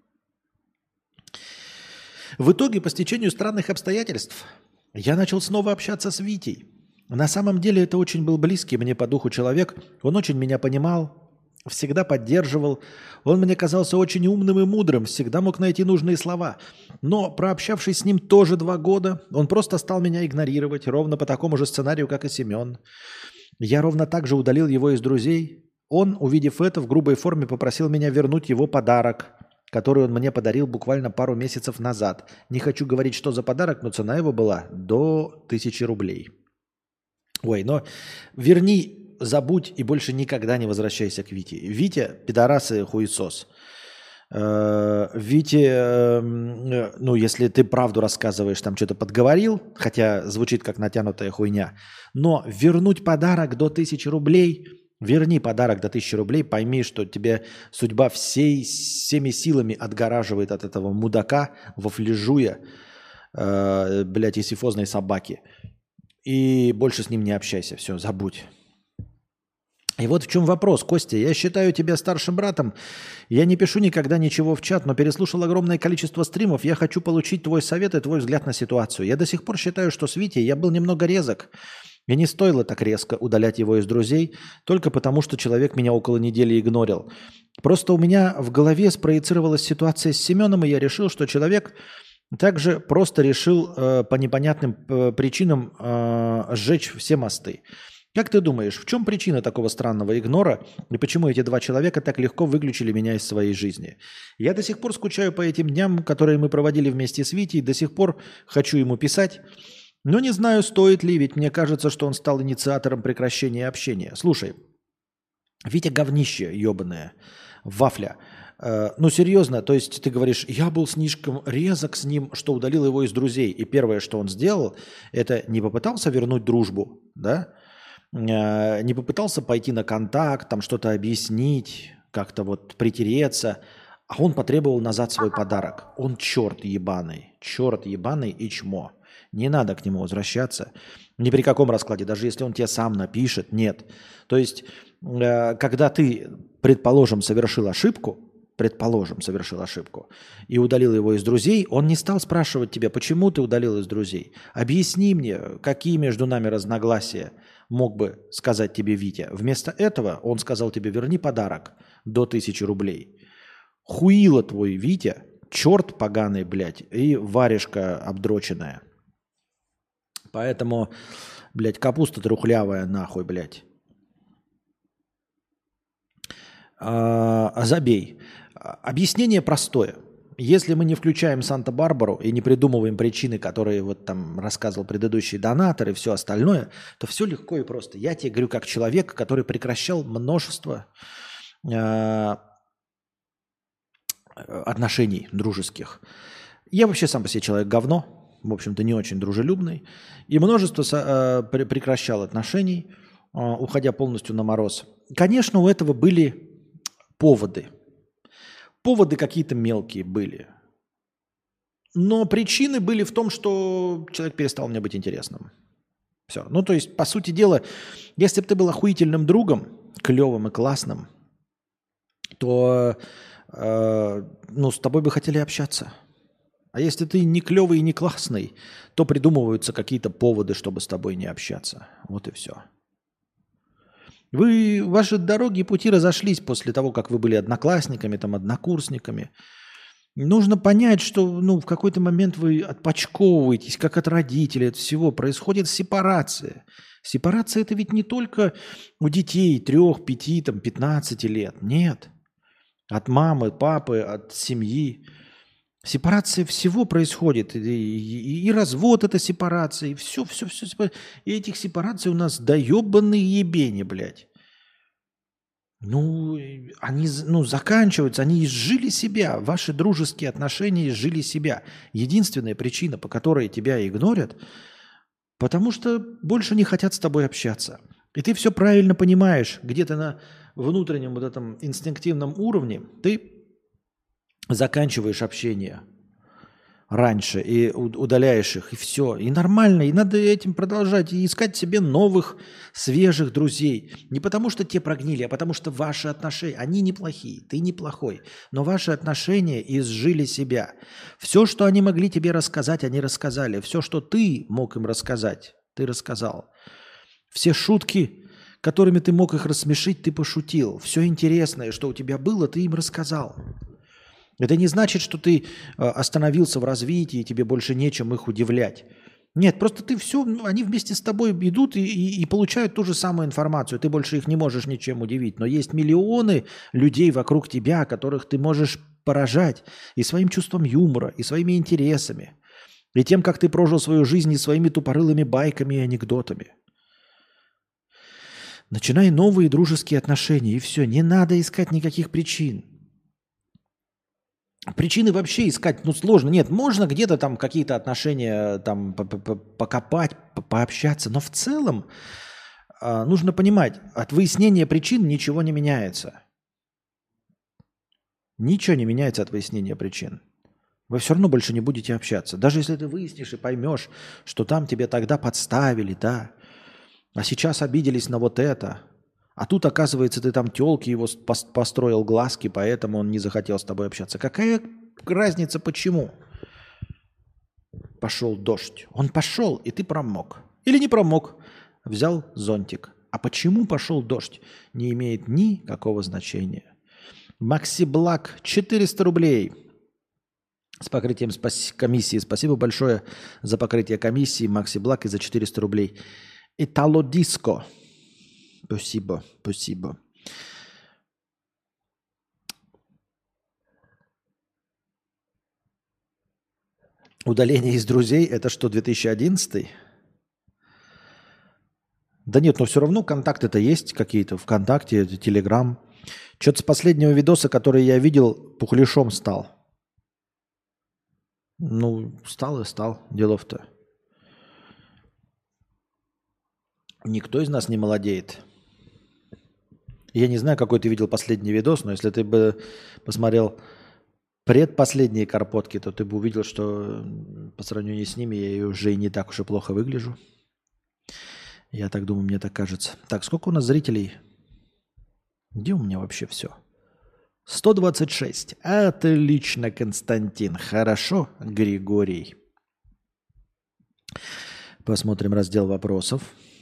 В итоге, по стечению странных обстоятельств, я начал снова общаться с Витей. На самом деле это очень был близкий мне по духу человек. Он очень меня понимал, всегда поддерживал. Он мне казался очень умным и мудрым, всегда мог найти нужные слова. Но прообщавшись с ним тоже 2 года, он просто стал меня игнорировать, ровно по такому же сценарию, как и Семен. Я ровно так же удалил его из друзей. Он, увидев это, в грубой форме попросил меня вернуть его подарок, который он мне подарил буквально пару месяцев назад. Не хочу говорить, что за подарок, но цена его была до 1000 рублей. Ой, но верни, забудь и больше никогда не возвращайся к Вите. Витя, пидорас и хуесос. Вите, ну, если ты правду рассказываешь, там что-то подговорил, хотя звучит как натянутая хуйня, но вернуть подарок до 1000 рублей, верни подарок до 1000 рублей, пойми, что тебе судьба всеми силами отгораживает от этого мудака, вофлежуя, блядь, исифозной собаки. И больше с ним не общайся, все, забудь. И вот в чем вопрос, Костя. Я считаю тебя старшим братом. Я не пишу никогда ничего в чат, но переслушал огромное количество стримов. Я хочу получить твой совет и твой взгляд на ситуацию. Я до сих пор считаю, что с Витей я был немного резок. И не стоило так резко удалять его из друзей, только потому, что человек меня около недели игнорил. Просто у меня в голове спроецировалась ситуация с Семеном, и я решил, что человек также просто решил по непонятным причинам сжечь все мосты. Как ты думаешь, в чем причина такого странного игнора и почему эти 2 человека так легко выключили меня из своей жизни? Я до сих пор скучаю по этим дням, которые мы проводили вместе с Витей, до сих пор хочу ему писать, но не знаю, стоит ли, ведь мне кажется, что он стал инициатором прекращения общения. Слушай, Витя говнище ебаное, вафля. Ну, серьезно, то есть ты говоришь, я был слишком резок с ним, что удалил его из друзей. И первое, что он сделал, это не попытался вернуть дружбу, да? Не попытался пойти на контакт, там что-то объяснить, как-то вот притереться, а он потребовал назад свой подарок. Он черт ебаный и чмо. Не надо к нему возвращаться ни при каком раскладе, даже если он тебе сам напишет, нет. То есть, когда ты, предположим, совершил ошибку, и удалил его из друзей, он не стал спрашивать тебя, почему ты удалил из друзей. Объясни мне, какие между нами разногласия, мог бы сказать тебе Витя. Вместо этого он сказал тебе, верни подарок до 1000 рублей. Хуило твой Витя, черт поганый, блядь, и варежка обдроченная. Поэтому, блядь, капуста трухлявая нахуй, блядь. Забей. Объяснение простое. Если мы не включаем Санта-Барбару и не придумываем причины, которые вот там рассказывал предыдущий донатор и все остальное, то все легко и просто. Я тебе говорю как человек, который прекращал множество отношений дружеских. Я вообще сам по себе человек говно, в общем-то не очень дружелюбный, и множество прекращал отношений, уходя полностью на мороз. Конечно, у этого были поводы. Поводы какие-то мелкие были. Но причины были в том, что человек перестал мне быть интересным. Все. Ну, то есть, по сути дела, если бы ты был охуительным другом, клевым и классным, то с тобой бы хотели общаться. А если ты не клевый и не классный, то придумываются какие-то поводы, чтобы с тобой не общаться. Вот и все. Ваши дороги и пути разошлись после того, как вы были одноклассниками, там, однокурсниками. Нужно понять, что в какой-то момент вы отпочковываетесь, как от родителей, от всего. Происходит сепарация. Сепарация – это ведь не только у детей 3, 5, 15 лет. Нет. От мамы, папы, от семьи. Сепарация всего происходит. И развод – это сепарация. И все. И этих сепараций у нас доебанные ебени, блядь. Они заканчиваются, они изжили себя. Ваши дружеские отношения изжили себя. Единственная причина, по которой тебя игнорят, потому что больше не хотят с тобой общаться. И ты все правильно понимаешь. Где-то внутреннем вот этом инстинктивном уровне ты заканчиваешь общение раньше и удаляешь их, и все. И нормально, и надо этим продолжать, и искать себе новых, свежих друзей. Не потому что те прогнили, а потому что ваши отношения, они неплохие, ты неплохой, но ваши отношения изжили себя. Все, что они могли тебе рассказать, они рассказали. Все, что ты мог им рассказать, ты рассказал. Все шутки, которыми ты мог их рассмешить, ты пошутил. Все интересное, что у тебя было, ты им рассказал. Это не значит, что ты остановился в развитии, и тебе больше нечем их удивлять. Нет, просто ты все, они вместе с тобой идут и получают ту же самую информацию. Ты больше их не можешь ничем удивить. Но есть миллионы людей вокруг тебя, которых ты можешь поражать и своим чувством юмора, и своими интересами, и тем, как ты прожил свою жизнь, и своими тупорылыми байками и анекдотами. Начинай новые дружеские отношения, и все. Не надо искать никаких причин. Причины вообще искать, сложно. Нет, можно где-то там какие-то отношения там покопать, пообщаться, но в целом нужно понимать, от выяснения причин ничего не меняется. Ничего не меняется от выяснения причин. Вы все равно больше не будете общаться. Даже если ты выяснишь и поймешь, что там тебе тогда подставили, да, а сейчас обиделись на вот это. А тут, оказывается, ты там тёлке его построил глазки, поэтому он не захотел с тобой общаться. Какая разница, почему? Пошел дождь. Он пошел, и ты промок. Или не промок. Взял зонтик. А почему пошел дождь? Не имеет никакого значения. Макси Блак, 400 рублей. С покрытием комиссии. Спасибо большое за покрытие комиссии, Макси Блак, и за 400 рублей. Итало Диско. Спасибо, спасибо. Удаление из друзей – это что, 2011? Да нет, но все равно контакты-то есть какие-то. ВКонтакте, Телеграм. Что-то с последнего видоса, который я видел, пухляшом стал. Стал и стал. Делов-то. Никто из нас не молодеет. Я не знаю, какой ты видел последний видос, но если ты бы посмотрел предпоследние карпотки, то ты бы увидел, что по сравнению с ними я уже и не так уж и плохо выгляжу. Я так думаю, мне так кажется. Так, сколько у нас зрителей? Где у меня вообще все? 126. Отлично, Константин. Хорошо, Григорий. Посмотрим раздел вопросов.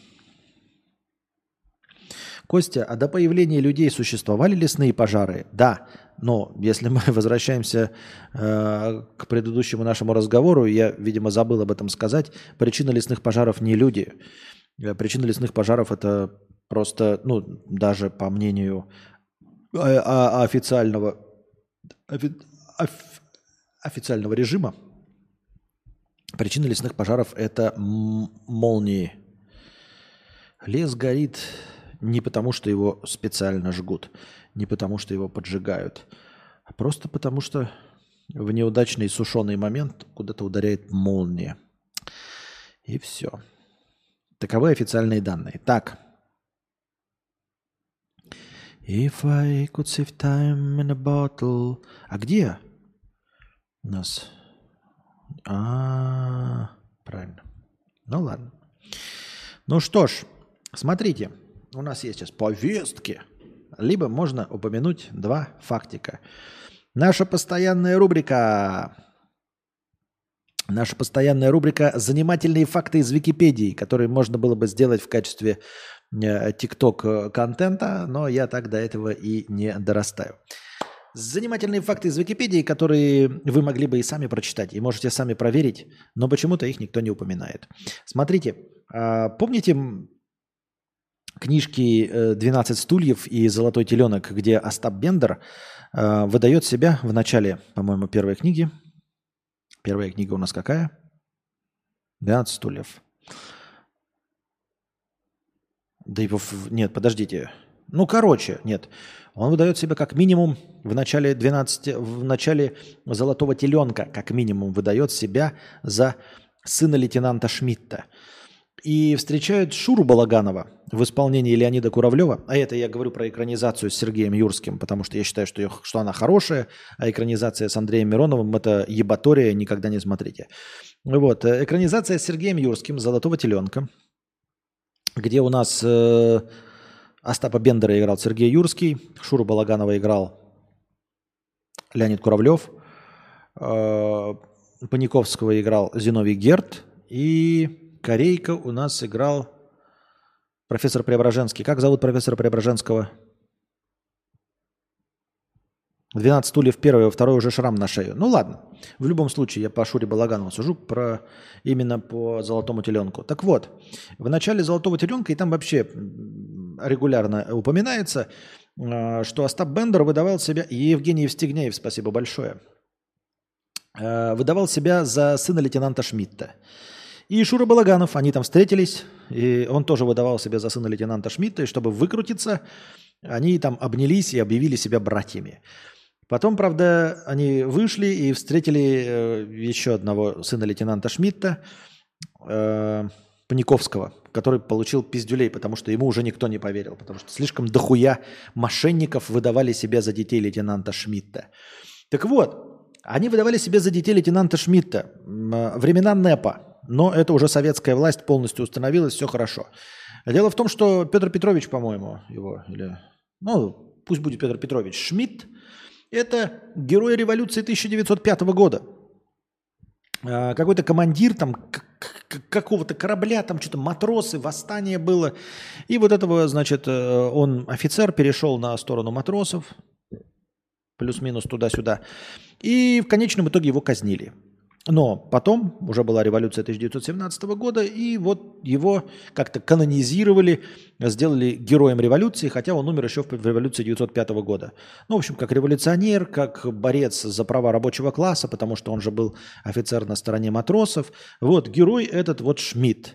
Костя, а до появления людей существовали лесные пожары? Да, но если мы возвращаемся к предыдущему нашему разговору, я, видимо, забыл об этом сказать, причина лесных пожаров не люди. Причина лесных пожаров – это просто, даже по мнению официального режима, причина лесных пожаров – это молнии. Лес горит не потому, что его специально жгут, не потому, что его поджигают, а просто потому, что в неудачный сушеный момент куда-то ударяет молния. И все. Таковы официальные данные. Так. If I could save time in a bottle. А где у нас? Правильно. Ну ладно. Ну что ж, смотрите. У нас есть сейчас повестки. Либо можно упомянуть два фактика. Наша постоянная рубрика «Занимательные факты из Википедии», которые можно было бы сделать в качестве TikTok-контента, но я так до этого и не дорастаю. Занимательные факты из Википедии, которые вы могли бы и сами прочитать, и можете сами проверить, но почему-то их никто не упоминает. Смотрите, помните книжки «12 стульев» и «Золотой теленок», где Остап Бендер выдает себя в начале, по-моему, первой книги. Первая книга у нас какая? «12 стульев». Нет, подождите. Нет. Он выдает себя как минимум в начале «Золотого теленка», как минимум выдает себя за сына лейтенанта Шмидта. и встречают Шуру Балаганова в исполнении Леонида Куравлева. А это я говорю про экранизацию с Сергеем Юрским, потому что я считаю, что она хорошая, а экранизация с Андреем Мироновым – это ебатория, никогда не смотрите. Вот. Экранизация с Сергеем Юрским «Золотого теленка», где у нас Остапа Бендера играл Сергей Юрский, Шуру Балаганова играл Леонид Куравлев, Паниковского играл Зиновий Герд, и Корейка у нас играл профессор Преображенский. Как зовут профессора Преображенского? 12 стульев первый, а второй уже шрам на шею. Ну ладно. В любом случае, я по Шуре Балаганову сужу именно по «Золотому теленку». Так вот, в начале «Золотого теленка», и там вообще регулярно упоминается, что Остап Бендер выдавал себя, и Евгений Евстигнеев, спасибо большое, выдавал себя за сына лейтенанта Шмидта. И Шура Балаганов, они там встретились, и он тоже выдавал себя за сына лейтенанта Шмидта, и чтобы выкрутиться, они там обнялись и объявили себя братьями. Потом, правда, они вышли и встретили еще одного сына лейтенанта Шмидта, Паниковского, который получил пиздюлей, потому что ему уже никто не поверил, потому что слишком дохуя мошенников выдавали себя за детей лейтенанта Шмидта. Так вот, они выдавали себя за детей лейтенанта Шмидта. Времена НЭПа. Но это уже советская власть полностью установилась, все хорошо. Дело в том, что Петр Петрович, по-моему, пусть будет Петр Петрович Шмидт, это герой революции 1905 года. Какой-то командир там какого-то корабля, там что-то матросы, восстание было. И вот этого, значит, он офицер, перешел на сторону матросов, плюс-минус туда-сюда. И в конечном итоге его казнили. Но потом уже была революция 1917 года, и вот его как-то канонизировали, сделали героем революции, хотя он умер еще в революции 1905 года. Ну, в общем, как революционер, как борец за права рабочего класса, потому что он же был офицер на стороне матросов. Вот, герой этот вот Шмидт.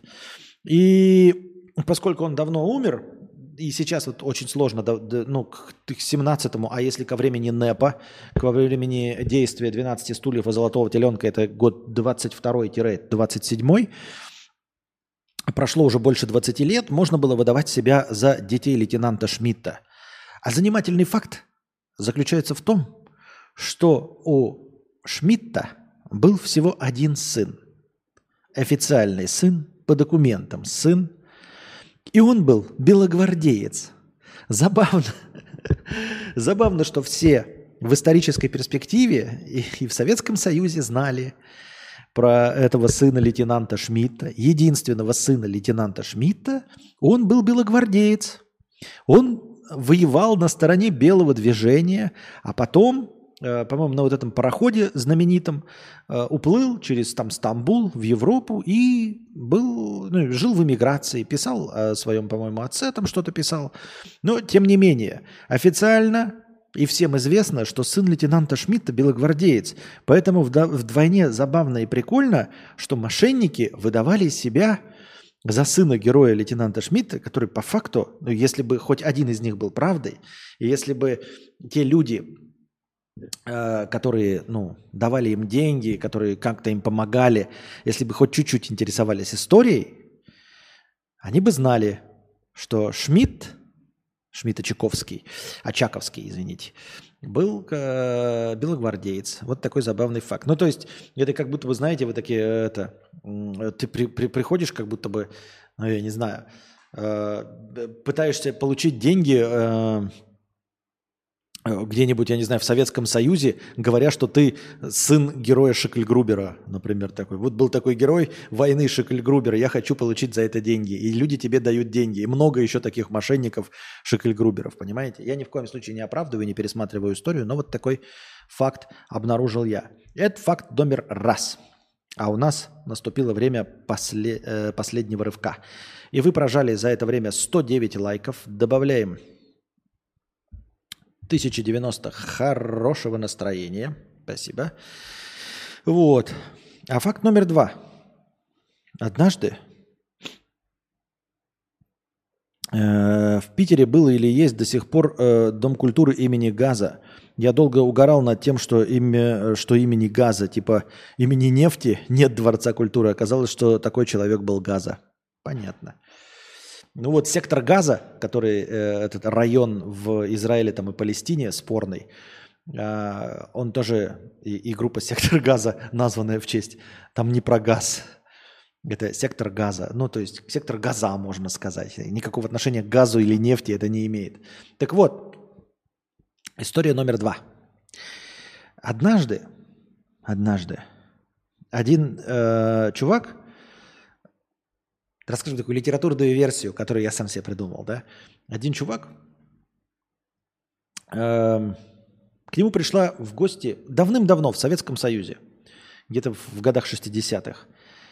И поскольку он давно умер, и сейчас вот очень сложно, к 17-му, а если ко времени НЭПа, ко времени действия 12 стульев и «Золотого теленка», это год 22-27, прошло уже больше 20 лет, можно было выдавать себя за детей лейтенанта Шмидта. А занимательный факт заключается в том, что у Шмидта был всего один сын. Официальный сын, по документам сын. И он был белогвардеец. Забавно, что все в исторической перспективе и в Советском Союзе знали про этого сына лейтенанта Шмидта, единственного сына лейтенанта Шмидта. Он был белогвардеец. Он воевал на стороне белого движения, а потом, по-моему, на вот этом пароходе знаменитом уплыл через там Стамбул в Европу и жил в эмиграции, писал о своем, по-моему, отце, там что-то писал. Но, тем не менее, официально и всем известно, что сын лейтенанта Шмидта белогвардеец. Поэтому вдвойне забавно и прикольно, что мошенники выдавали себя за сына героя лейтенанта Шмидта, который по факту, если бы хоть один из них был правдой, и если бы те люди, которые давали им деньги, которые как-то им помогали, если бы хоть чуть-чуть интересовались историей, они бы знали, что Очаковский, извините, был белогвардеец. Вот такой забавный факт. Ну, то есть, это как будто вы знаете, вы такие, ты приходишь, как будто бы, я не знаю, пытаешься получить деньги где-нибудь, я не знаю, в Советском Союзе, говоря, что ты сын героя Шикльгрубера, например, такой. Вот был такой герой войны Шикльгрубера, я хочу получить за это деньги. И люди тебе дают деньги. И много еще таких мошенников Шикльгруберов, понимаете? Я ни в коем случае не оправдываю, не пересматриваю историю, но вот такой факт обнаружил я. Это факт номер раз. А у нас наступило время последнего рывка. И вы прожали за это время 109 лайков. Добавляем 1090 хорошего настроения. Спасибо. Вот. А факт номер 2. Однажды в Питере было или есть до сих пор Дом культуры имени Газа. Я долго угорал над тем, что имени Газа, типа имени нефти, нет Дворца культуры. Оказалось, что такой человек был Газа. Понятно. Ну вот сектор Газа, который этот район в Израиле там, и Палестине спорный, он тоже, и группа «Сектор Газа», названная в честь, там не про газ. Это сектор Газа. Ну, то есть сектор Газа, можно сказать. Никакого отношения к газу или нефти это не имеет. Так вот, история номер 2. Однажды один чувак, расскажу такую литературную версию, которую я сам себе придумал, да? Один чувак, к нему пришла в гости давным-давно в Советском Союзе, где-то в годах 60-х.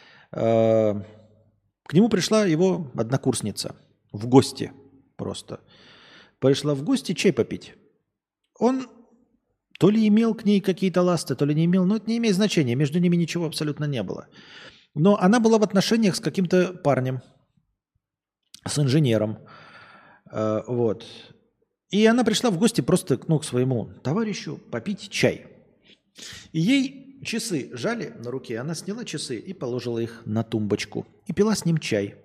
К нему пришла его однокурсница в гости просто. Пришла в гости чай попить. Он то ли имел к ней какие-то ласты, то ли не имел, но это не имеет значения, между ними ничего абсолютно не было. Но она была в отношениях с каким-то парнем, с инженером. Вот. И она пришла в гости просто к своему товарищу попить чай. И ей часы жали на руке, она сняла часы и положила их на тумбочку. И пила с ним чай.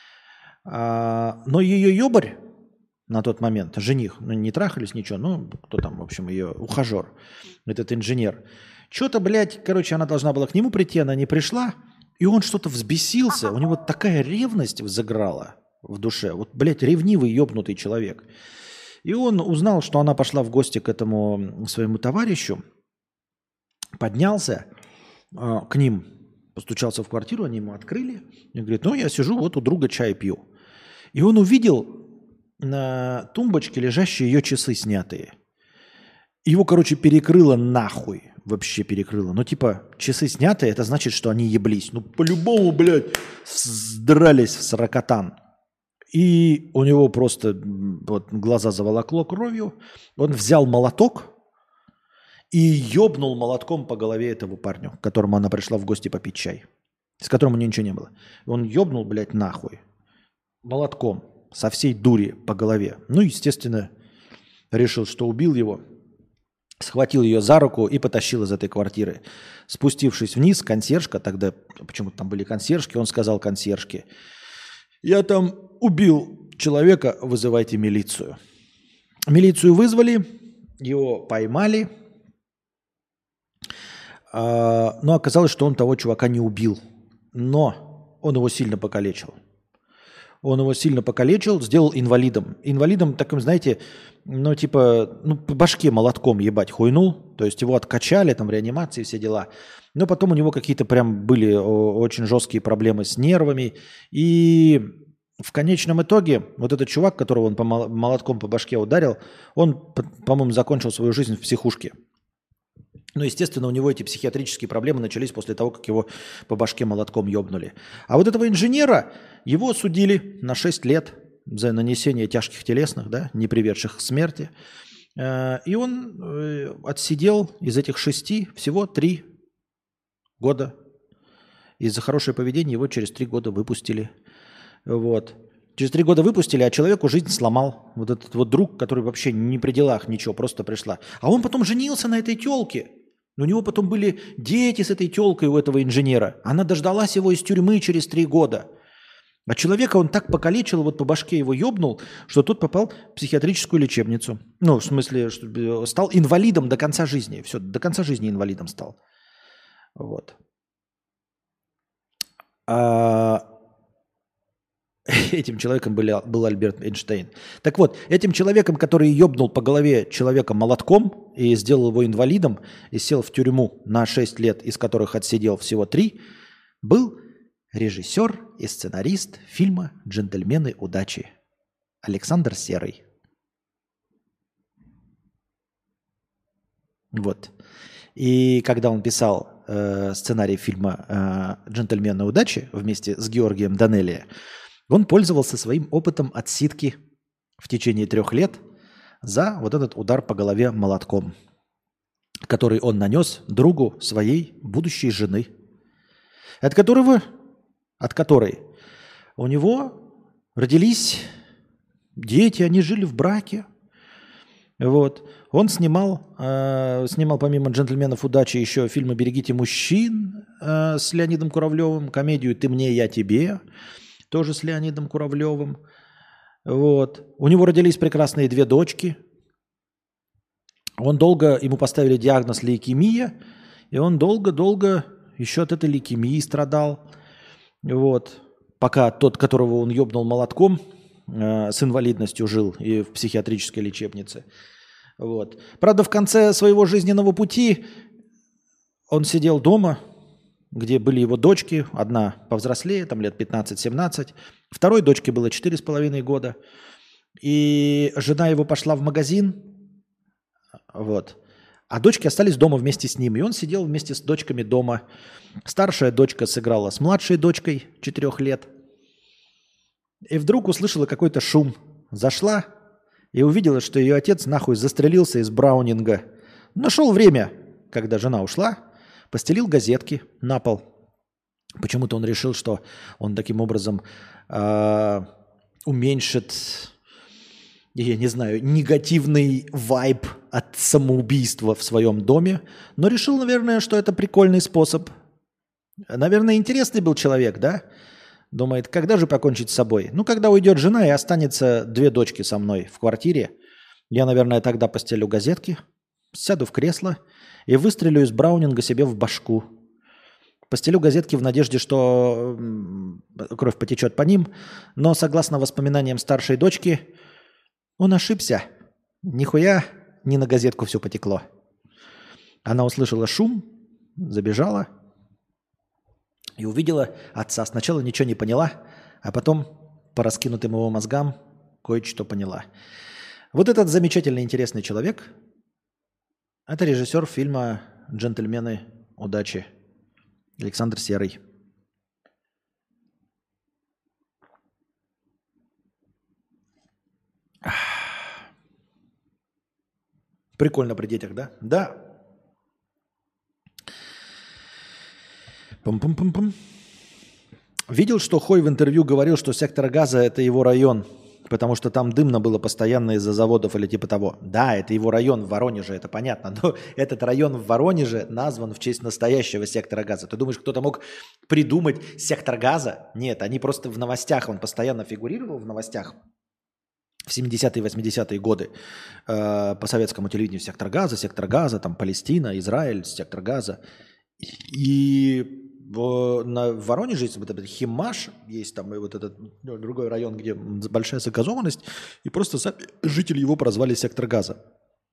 Но ее ёбарь на тот момент, жених, не трахались ничего, кто там, в общем, ее ухажер, этот инженер. Что-то, блядь, она должна была к нему прийти, она не пришла. И он что-то взбесился, у него такая ревность взыграла в душе. Вот, блядь, ревнивый, ёбнутый человек. И он узнал, что она пошла в гости к этому своему товарищу, поднялся к ним, постучался в квартиру, они ему открыли. И говорит, я сижу, вот у друга чай пью. И он увидел на тумбочке лежащие ее часы снятые. Его, перекрыло нахуй. Вообще перекрыло. Часы снятые, это значит, что они еблись. По-любому, блядь, сдрались в сорокотан. И у него просто глаза заволокло кровью. Он взял молоток и ёбнул молотком по голове этого парню, к которому она пришла в гости попить чай. С которым у нее ничего не было. Он ёбнул, блядь, нахуй. Молотком. Со всей дури по голове. Естественно, решил, что убил его. Схватил ее за руку и потащил из этой квартиры. Спустившись вниз, консьержка, тогда почему-то там были консьержки, он сказал консьержке, я там убил человека, вызывайте милицию. Милицию вызвали, его поймали, но оказалось, что он того чувака не убил, но он его сильно покалечил. Он его сильно покалечил, сделал инвалидом. Инвалидом таким, знаете, по башке молотком ебать хуйнул. То есть его откачали, там, в реанимации, все дела. Но потом у него какие-то прям были очень жесткие проблемы с нервами. И в конечном итоге вот этот чувак, которого он молотком по башке ударил, он, по-моему, закончил свою жизнь в психушке. Естественно, у него эти психиатрические проблемы начались после того, как его по башке молотком ёбнули. А вот этого инженера, его судили на 6 лет за нанесение тяжких телесных, не приведших к смерти. И он отсидел из этих 6 всего 3 года. Из-за хорошего поведения его через 3 года выпустили. Вот. Через 3 года выпустили, а человеку жизнь сломал. Вот этот вот друг, который вообще не при делах ничего, просто пришла. А он потом женился на этой тёлке. У него потом были дети с этой тёлкой у этого инженера. Она дождалась его из тюрьмы через 3 года. А человека он так покалечил, по башке его ёбнул, что тот попал в психиатрическую лечебницу. В смысле, что стал инвалидом до конца жизни. Все, до конца жизни инвалидом стал. Вот. Этим человеком был Альберт Эйнштейн. Так вот, этим человеком, который ёбнул по голове человека молотком и сделал его инвалидом, и сел в тюрьму на 6 лет, из которых отсидел всего 3, был режиссер и сценарист фильма «Джентльмены удачи» Александр Серый. Вот. И когда он писал сценарий фильма «Джентльмены удачи» вместе с Георгием Данелия, он пользовался своим опытом отсидки в течение 3 лет за вот этот удар по голове молотком, который он нанес другу своей будущей жены, от которой у него родились дети, они жили в браке. Вот. Он снимал помимо «Джентльменов удачи» еще фильмы «Берегите мужчин» с Леонидом Куравлевым, комедию «Ты мне, я тебе». тоже с Леонидом Куравлевым. Вот. У него родились прекрасные 2 дочки. Ему поставили диагноз лейкемия, и он долго-долго еще от этой лейкемии страдал. Вот. Пока тот, которого он ёбнул молотком, с инвалидностью жил и в психиатрической лечебнице. Вот. Правда, в конце своего жизненного пути он сидел дома, где были его дочки. Одна повзрослее, там лет 15-17. Второй дочке было 4,5 года. И жена его пошла в магазин. Вот. А дочки остались дома вместе с ним. И он сидел вместе с дочками дома. Старшая дочка сыграла с младшей дочкой 4 лет. И вдруг услышала какой-то шум. Зашла и увидела, что ее отец нахуй застрелился из браунинга. Нашел время, когда жена ушла, постелил газетки на пол. Почему-то он решил, что он таким образом уменьшит, я не знаю, негативный вайб от самоубийства в своем доме. Но решил, наверное, что это прикольный способ. Наверное, интересный был человек, да? Думает, когда же покончить с собой? Ну, когда уйдет жена и останется 2 дочки со мной в квартире, я, наверное, тогда постелю газетки, сяду в кресло и выстрелю из браунинга себе в башку. Постелю газетки в надежде, что кровь потечет по ним, но, согласно воспоминаниям старшей дочки, он ошибся. Нихуя не на газетку все потекло. Она услышала шум, забежала и увидела отца. Сначала ничего не поняла, а потом по раскинутым его мозгам кое-что поняла. Вот этот замечательный, интересный человек – это режиссер фильма «Джентльмены удачи» Александр Серый. Прикольно при детях, да? Да. Пум-пум-пум-пум. Видел, что Хой в интервью говорил, что сектор Газа – это его район, потому что там дымно было постоянно из-за заводов или типа того. Да, это его район в Воронеже, это понятно, но этот район в Воронеже назван в честь настоящего сектора Газа. Ты думаешь, кто-то мог придумать сектор Газа? Нет, они просто в новостях, он постоянно фигурировал в новостях в 70-е, 80-е годы по советскому телевидению сектор Газа, там Палестина, Израиль, сектор Газа. И в Воронеже есть вот этот Химаш, есть там и вот этот другой район, где большая загазованность, и просто жители его прозвали сектор Газа.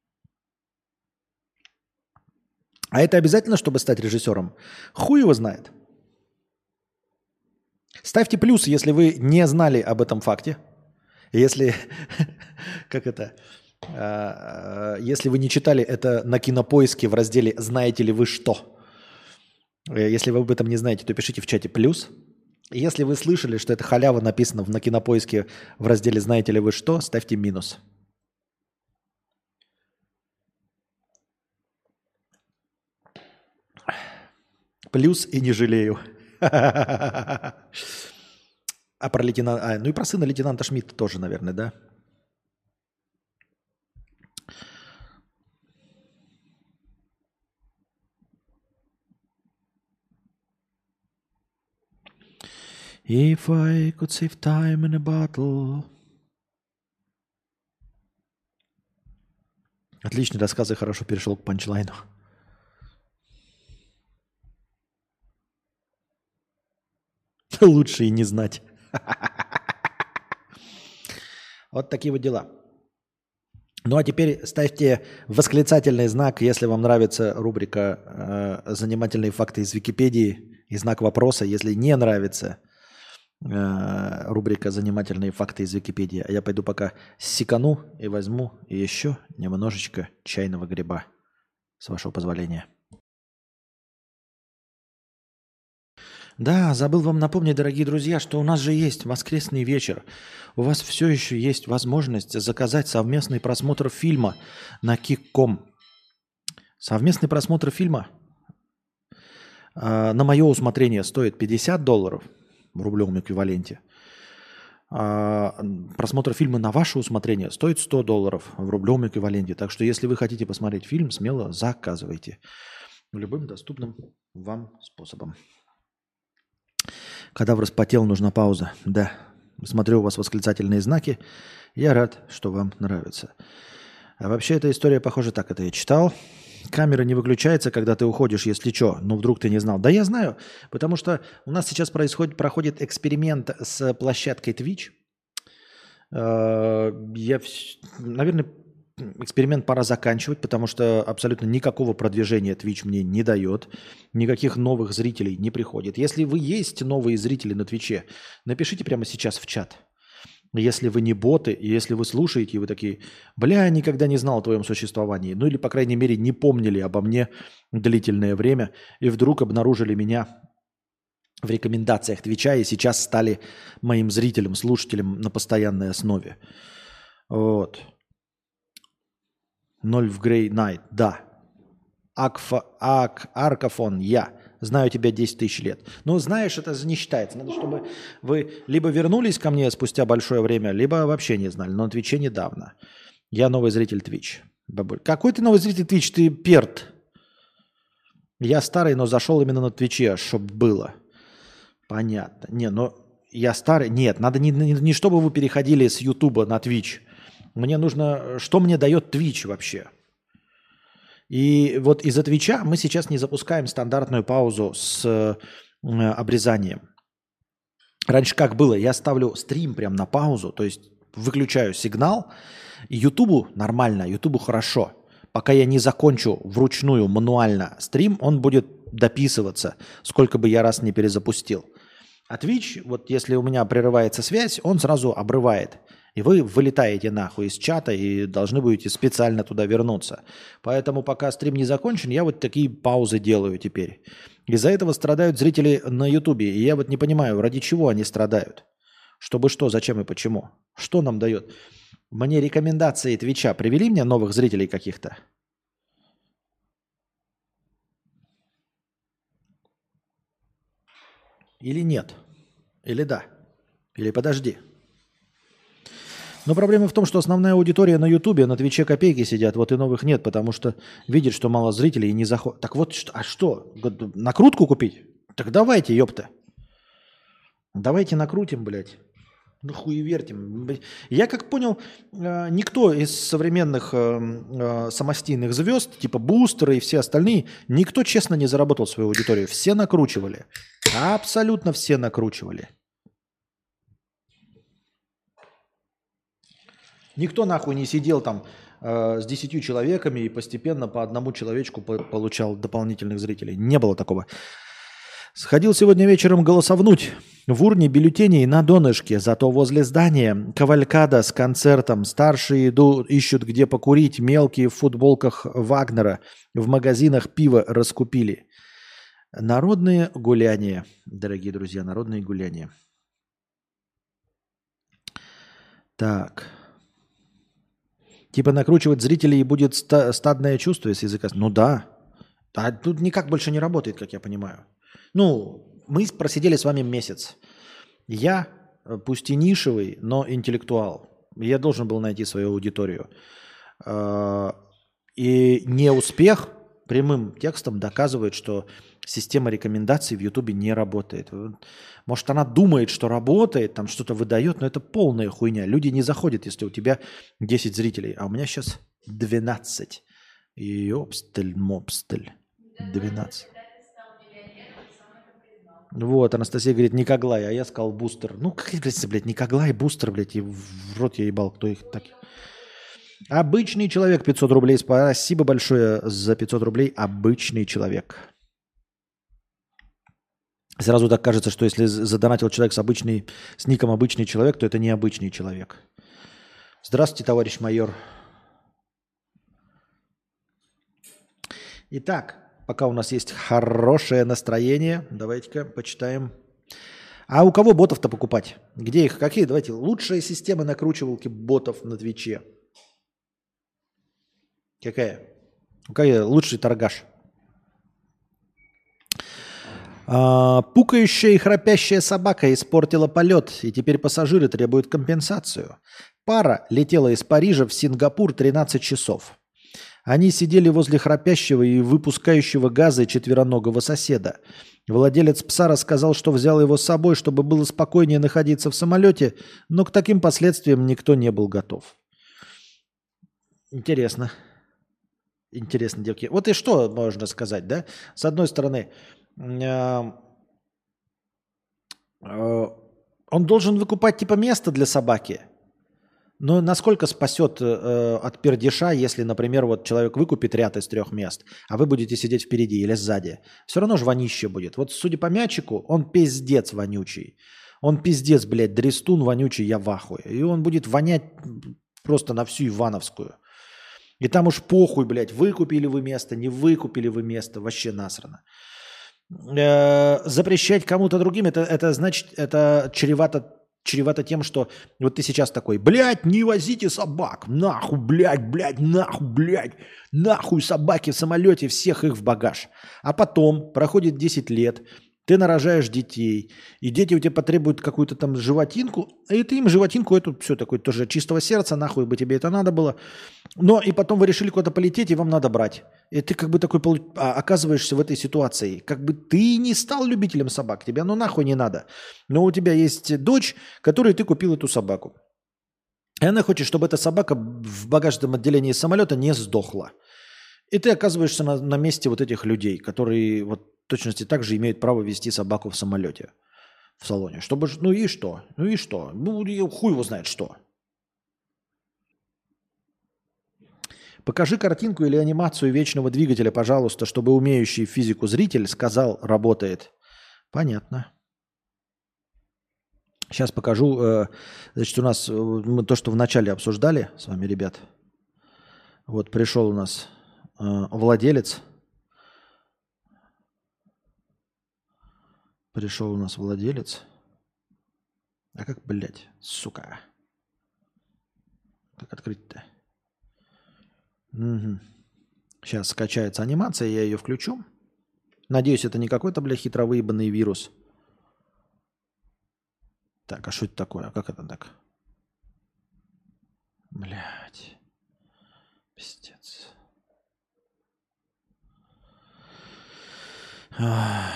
А это обязательно, чтобы стать режиссером? Хуй его знает. Ставьте плюс, если вы не знали об этом факте. Если, если вы не читали это на Кинопоиске в разделе «Знаете ли вы что?». Если вы об этом не знаете, то пишите в чате плюс. Если вы слышали, что это халява написано на Кинопоиске в разделе «Знаете ли вы что?», ставьте минус. Плюс и не жалею. А про лейтенанта... ну и про сына лейтенанта Шмидта тоже, наверное, да? If I could save time in a bottle. Отличный рассказ и хорошо перешел к панчлайну. Лучше и не знать. Вот такие вот дела. Ну а теперь ставьте восклицательный знак, если вам нравится рубрика «Занимательные факты из Википедии» и знак вопроса, если не нравится рубрика «Занимательные факты из Википедии». А я пойду пока секану и возьму еще немножечко чайного гриба, с вашего позволения. Да, забыл вам напомнить, дорогие друзья, что у нас же есть воскресный вечер. У вас все еще есть возможность заказать совместный просмотр фильма на Kick.com. Совместный просмотр фильма на мое усмотрение стоит $50 в рублевом эквиваленте. Просмотр фильма на ваше усмотрение стоит $100 в рублевом эквиваленте. Так что, если вы хотите посмотреть фильм, смело заказывайте любым доступным вам способом. Когда распотел, нужна пауза. Да. Смотрю у вас восклицательные знаки. Я рад, что вам нравится. А вообще эта история, похоже, так это я читал. Камера не выключается, когда ты уходишь, если что. Но вдруг ты не знал. Да я знаю, потому что у нас сейчас проходит эксперимент с площадкой Twitch. Наверное, эксперимент пора заканчивать, потому что абсолютно никакого продвижения Twitch мне не дает. Никаких новых зрителей не приходит. Если вы есть новые зрители на Твиче, напишите прямо сейчас в чат. Если вы не боты, и если вы слушаете, и вы такие, бля, никогда не знал о твоем существовании, ну или, по крайней мере, не помнили обо мне длительное время, и вдруг обнаружили меня в рекомендациях Твича, и сейчас стали моим зрителем, слушателем на постоянной основе. Вот. 0 в Grey Knight, да. Аркафон, я. Знаю тебя 10 тысяч лет. Ну, знаешь, это не считается. Надо, чтобы вы либо вернулись ко мне спустя большое время, либо вообще не знали. Но на Твиче недавно. Я новый зритель Твич. Бабуль. Какой ты новый зритель Твич? Ты перт. Я старый, но зашел именно на Твиче, чтобы было. Понятно. Не, но я старый. Нет, надо не чтобы вы переходили с Ютуба на Твич. Мне нужно... Что мне дает Твич вообще? И вот из-за Твича мы сейчас не запускаем стандартную паузу с обрезанием. Раньше как было? Я ставлю стрим прям на паузу, то есть выключаю сигнал. Ютубу нормально, Ютубу хорошо. Пока я не закончу вручную, мануально стрим, он будет дописываться, сколько бы я раз не перезапустил. А Twitch, вот если у меня прерывается связь, он сразу обрывает. И вы вылетаете нахуй из чата и должны будете специально туда вернуться. Поэтому пока стрим не закончен, я вот такие паузы делаю теперь. Из-за этого страдают зрители на Ютубе. И я вот не понимаю, ради чего они страдают. Чтобы что, зачем и почему. Что нам дает? Мне рекомендации Твича привели мне новых зрителей каких-то? Или нет? Или да? Или подожди? Но проблема в том, что основная аудитория на Ютубе, на Твиче копейки сидят, вот и новых нет, потому что видят, что мало зрителей и не заходят. Так вот, а что? Накрутку купить? Так давайте, ёпта. Давайте накрутим, блядь. Ну хуевертим. Я как понял, никто из современных самостийных звезд, типа Бустера и все остальные, никто честно не заработал свою аудиторию. Все накручивали. Абсолютно все накручивали. Никто нахуй не сидел там с 10 человеками и постепенно по одному человечку получал дополнительных зрителей. Не было такого. Сходил сегодня вечером голосовнуть. В урне бюллетеней на донышке, зато возле здания кавалькада с концертом. Старшие ищут, где покурить, мелкие в футболках Вагнера. В магазинах пиво раскупили. Народные гуляния, дорогие друзья, народные гуляния. Так. Типа накручивать зрителей будет стадное чувство с языка. Ну да. А тут никак больше не работает, как я понимаю. Ну, мы просидели с вами месяц. Я, пусть и нишевый, но интеллектуал. Я должен был найти свою аудиторию. И неуспех прямым текстом доказывает, что система рекомендаций в Ютубе не работает. Может, она думает, что работает, там что-то выдает, но это полная хуйня. Люди не заходят, если у тебя 10 зрителей, а у меня сейчас 12. Ёпстель-мопстель. 12. Вот, Анастасия говорит, Никоглай, а я сказал Бустер. Ну, какая разница, блядь, Никоглай, Бустер, блядь, и в рот я ебал, кто их так... Обычный человек, 500 рублей. Спасибо большое за 500 рублей. Обычный человек. Сразу так кажется, что если задонатил человек с ником обычный человек, то это не обычный человек. Здравствуйте, товарищ майор. Итак, пока у нас есть хорошее настроение, давайте-ка почитаем. А у кого ботов-то покупать? Где их? Какие? Давайте. Лучшая система накручивалки ботов на Твиче. Какая? Какая лучший торгаш? Пукающая и храпящая собака испортила полет, и теперь пассажиры требуют компенсацию. Пара летела из Парижа в Сингапур 13 часов. Они сидели возле храпящего и выпускающего газы четвероногого соседа. Владелец пса рассказал, что взял его с собой, чтобы было спокойнее находиться в самолете, но к таким последствиям никто не был готов. Интересно. Интересно, девки. Вот и что можно сказать, да? С одной стороны, он должен выкупать типа место для собаки. Но насколько спасет от пердеша, если, например, вот человек выкупит ряд из 3 мест, а вы будете сидеть впереди или сзади? Все равно же вонище будет. Вот судя по мячику, он пиздец вонючий. Он пиздец, блядь, дрестун вонючий, я в ахуе. И он будет вонять просто на всю Ивановскую. И там уж похуй, блядь, выкупили вы место, не выкупили вы место, вообще насрано. Запрещать кому-то другим, это значит, это чревато тем, что вот ты сейчас такой, блядь, не возите собак, нахуй, блядь, нахуй собаки в самолете, всех их в багаж. А потом проходит 10 лет, ты нарожаешь детей, и дети у тебя потребуют какую-то там животинку, и ты им животинку эту, все такое тоже чистого сердца, нахуй бы тебе это надо было. Но и потом вы решили куда-то полететь, и вам надо брать. И ты как бы такой оказываешься в этой ситуации. Как бы ты не стал любителем собак, тебе оно нахуй не надо. Но у тебя есть дочь, которой ты купил эту собаку. И она хочет, чтобы эта собака в багажном отделении самолета не сдохла. И ты оказываешься на месте вот этих людей, которые вот в точности так же имеют право вести собаку в самолете, в салоне. Чтобы, ну и что? Ну хуй его знает что. Покажи картинку или анимацию вечного двигателя, пожалуйста, чтобы умеющий физику зритель сказал, работает. Понятно. Сейчас покажу. Значит, у нас мы то, что вначале обсуждали с вами, ребят. Вот пришел у нас владелец. Пришел у нас владелец. А как, блядь, сука? Как открыть-то? Угу. Сейчас скачается анимация, я ее включу. Надеюсь, это не какой-то, блядь, хитро выебанный вирус. Так, а что это такое? А как это так? Блядь. Пиздец. Ах.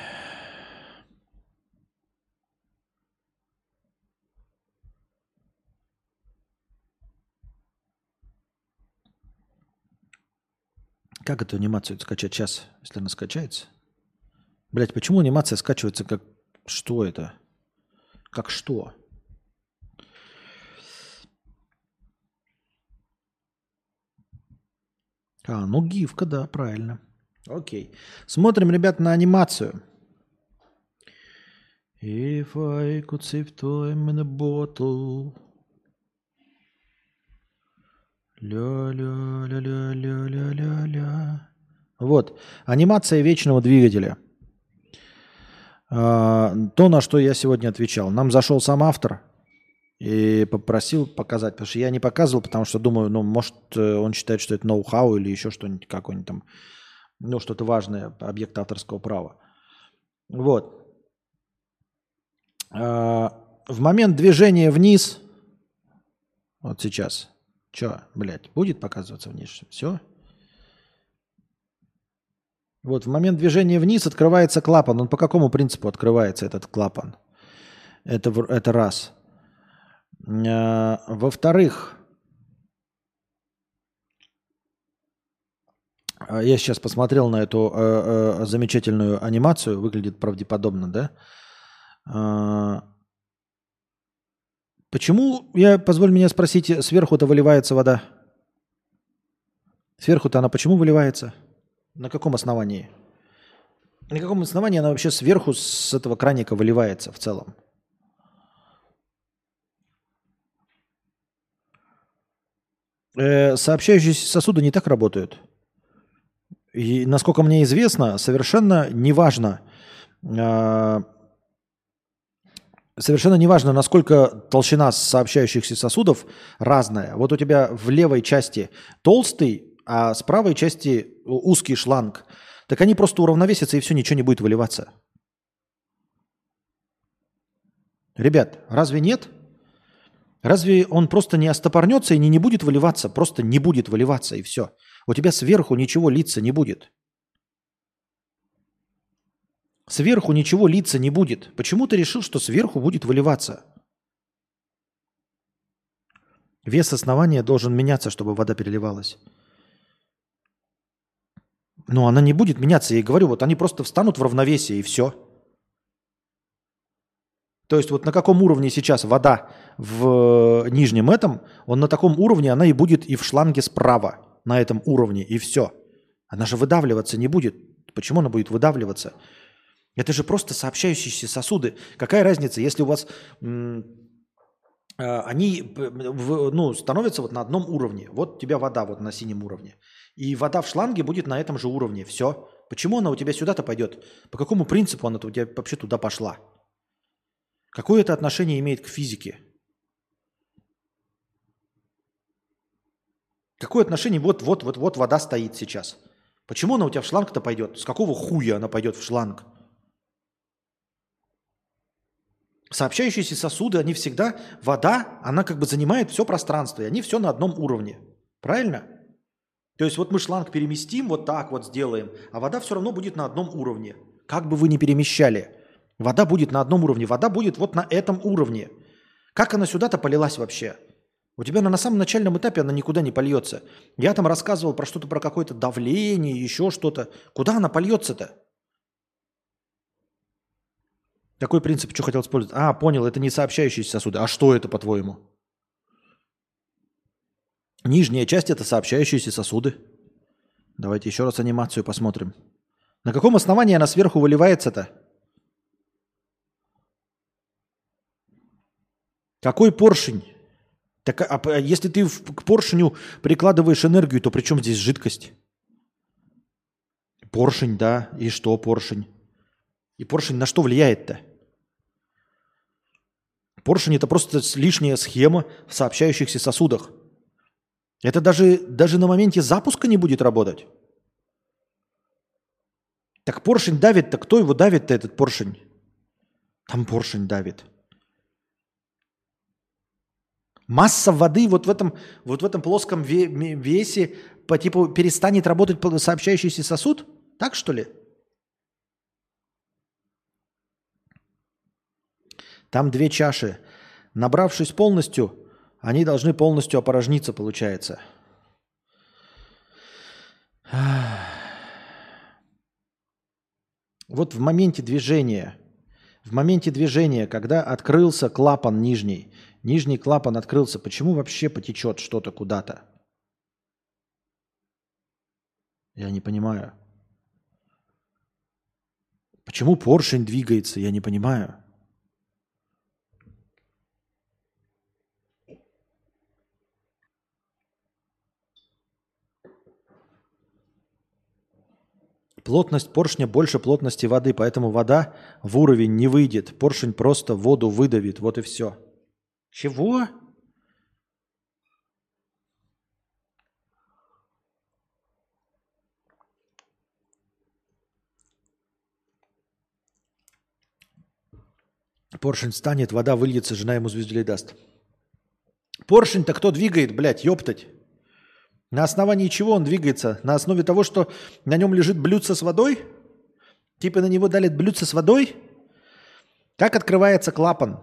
Как эту анимацию скачать сейчас, если она скачается? Блять, почему анимация скачивается как... Что это? Как что? Ну гифка, да, правильно. Окей. Смотрим, ребят, на анимацию. If I could save time in a bottle. Ля-ля-ля-ля-ля-ля-ля-ля. Вот. Анимация вечного двигателя. То, на что я сегодня отвечал. Нам зашел сам автор и попросил показать. Потому что я не показывал, потому что думаю, ну, может, он считает, что это ноу-хау или еще что-нибудь, какой-нибудь там, ну, что-то важное, объект авторского права. Вот. В момент движения вниз, вот сейчас, что, блядь, будет показываться вниз? Все? Вот в момент движения вниз открывается клапан. Он по какому принципу открывается, этот клапан? Это раз. Во-вторых, я сейчас посмотрел на эту замечательную анимацию. Выглядит правдеподобно, да? Почему, позволь меня спросить, сверху-то выливается вода? Сверху-то она почему выливается? На каком основании? На каком основании она вообще сверху с этого краника выливается в целом? Сообщающиеся сосуды не так работают. И, насколько мне известно, совершенно неважно, насколько толщина сообщающихся сосудов разная. Вот у тебя в левой части толстый, а с правой части узкий шланг. Так они просто уравновесятся, и все, ничего не будет выливаться. Ребят, разве нет? Разве он просто не остопорнется и не будет выливаться? Просто не будет выливаться, и все. У тебя сверху ничего литься не будет. Сверху ничего литься не будет. Почему ты решил, что сверху будет выливаться? Вес основания должен меняться, чтобы вода переливалась. Но она не будет меняться, я и говорю, вот они просто встанут в равновесие и все. То есть вот на каком уровне сейчас вода в нижнем этом, он на таком уровне, она и будет и в шланге справа, на этом уровне, и все. Она же выдавливаться не будет. Почему она будет выдавливаться? Это же просто сообщающиеся сосуды. Какая разница, если у вас они становятся вот на одном уровне. Вот у тебя вода вот на синем уровне. И вода в шланге будет на этом же уровне. Все. Почему она у тебя сюда-то пойдет? По какому принципу она у тебя вообще туда пошла? Какое это отношение имеет к физике? Какое отношение? Вот вода стоит сейчас. Почему она у тебя в шланг-то пойдет? С какого хуя она пойдет в шланг? Сообщающиеся сосуды, они всегда... Вода, она как бы занимает все пространство, и они все на одном уровне. Правильно? То есть вот мы шланг переместим, вот так вот сделаем, а вода все равно будет на одном уровне. Как бы вы ни перемещали, вода будет на одном уровне, вода будет вот на этом уровне. Как она сюда-то полилась вообще? У тебя на самом начальном этапе она никуда не польется. Я там рассказывал про что-то, про какое-то давление, еще что-то. Куда она польется-то? Такой принцип, что хотел использовать? А, понял, это не сообщающиеся сосуды. А что это, по-твоему? Нижняя часть – это сообщающиеся сосуды. Давайте еще раз анимацию посмотрим. На каком основании она сверху выливается-то? Какой поршень? Так, если ты к поршню прикладываешь энергию, то при чем здесь жидкость? Поршень, да. И что поршень? И поршень на что влияет-то? Поршень – это просто лишняя схема в сообщающихся сосудах. Это даже на моменте запуска не будет работать. Так поршень давит-то, кто его давит-то, этот поршень? Там поршень давит. Масса воды вот в этом плоском весе по типу перестанет работать сообщающийся сосуд? Так что ли? Там две чаши. Набравшись полностью, они должны полностью опорожниться, получается. Вот в моменте движения, когда открылся клапан нижний клапан открылся, почему вообще потечет что-то куда-то? Я не понимаю. Почему поршень двигается? Я не понимаю. Плотность поршня больше плотности воды, поэтому вода в уровень не выйдет. Поршень просто воду выдавит. Вот и все. Чего? Поршень станет, вода выльется, жена ему звездюлей даст. Поршень-то кто двигает, блядь, ёптать? На основании чего он двигается? На основе того, что на нем лежит блюдце с водой? Типа на него дали блюдце с водой? Как открывается клапан?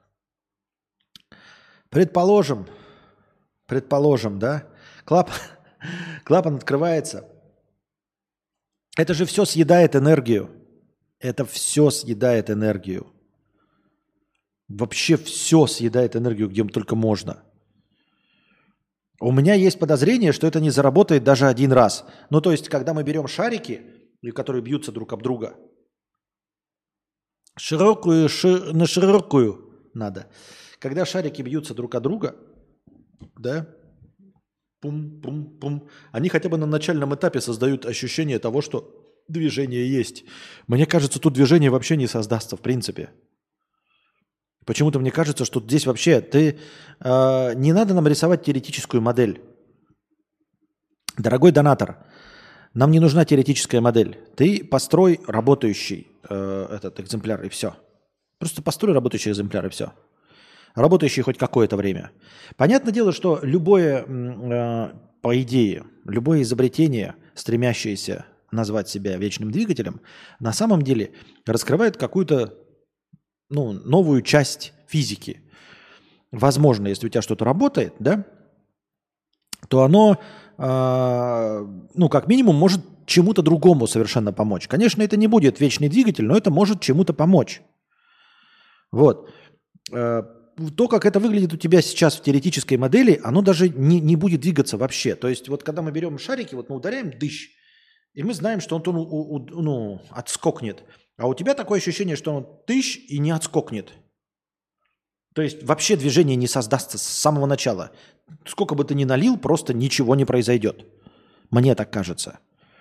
Предположим, да? Клапан открывается. Это же все съедает энергию. Это все съедает энергию. Вообще все съедает энергию, где только можно. У меня есть подозрение, что это не заработает даже один раз. Ну, то есть, когда мы берем шарики, которые бьются друг об друга, на широкую надо. Когда шарики бьются друг от друга, да, пум-пум-пум, они хотя бы на начальном этапе создают ощущение того, что движение есть. Мне кажется, тут движение вообще не создастся в принципе. Почему-то мне кажется, что здесь вообще не надо нам рисовать теоретическую модель. Дорогой донатор, нам не нужна теоретическая модель. Ты построй работающий этот экземпляр и все. Просто построй работающий экземпляр и все. Работающий хоть какое-то время. Понятное дело, что любое, по идее, любое изобретение, стремящееся назвать себя вечным двигателем, на самом деле раскрывает какую-то новую часть физики. Возможно, если у тебя что-то работает, да, то оно, как минимум, может чему-то другому совершенно помочь. Конечно, это не будет вечный двигатель, но это может чему-то помочь. Вот. То, как это выглядит у тебя сейчас в теоретической модели, оно даже не будет двигаться вообще. То есть вот когда мы берем шарики, вот мы ударяем дыщ, и мы знаем, что он отскокнет. А у тебя такое ощущение, что он тыщ и не отскокнет. То есть вообще движение не создастся с самого начала. Сколько бы ты ни налил, просто ничего не произойдет. Мне так кажется.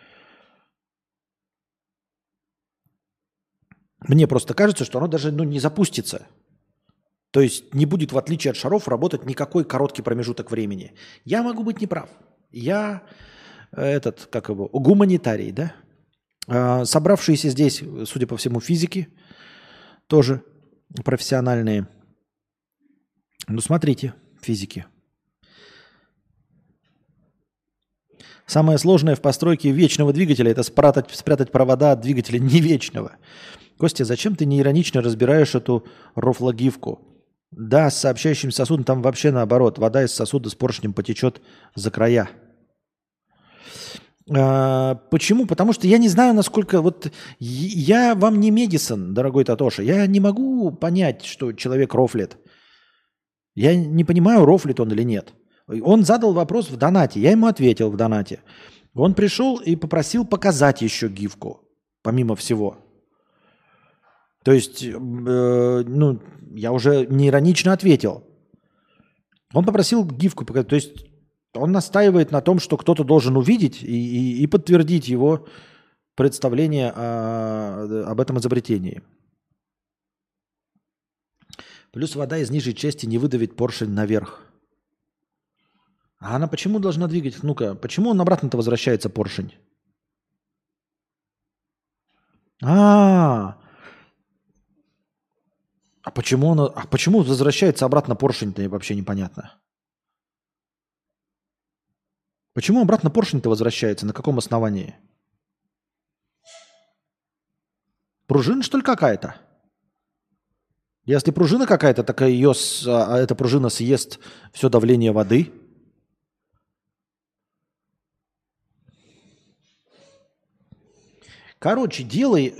Мне просто кажется, что оно даже не запустится. То есть не будет, в отличие от шаров, работать никакой короткий промежуток времени. Я могу быть неправ. Я гуманитарий, да? Собравшиеся здесь, судя по всему, физики, тоже профессиональные. Смотрите, физики. Самое сложное в постройке вечного двигателя – это спрятать провода от двигателя невечного. Костя, зачем ты неиронично разбираешь эту рофлогивку? Да, с сообщающим сосудом там вообще наоборот. Вода из сосуда с поршнем потечет за края. Почему? Потому что я не знаю, насколько... Вот я вам не Медисон, дорогой Татоша. Я не могу понять, что человек рофлит. Я не понимаю, рофлит он или нет. Он задал вопрос в донате. Я ему ответил в донате. Он пришел и попросил показать еще гифку, помимо всего. То есть, я уже неиронично ответил. Он попросил гифку показать. То есть, он настаивает на том, что кто-то должен увидеть и подтвердить его представление об этом изобретении. Плюс вода из нижней части не выдавит поршень наверх. А она почему должна двигать? Ну-ка, почему он обратно-то возвращается, поршень? А почему возвращается обратно поршень-то вообще непонятно. Почему обратно поршень-то возвращается? На каком основании? Пружина, что ли, какая-то? Если пружина какая-то, так эта пружина съест все давление воды. Короче, делай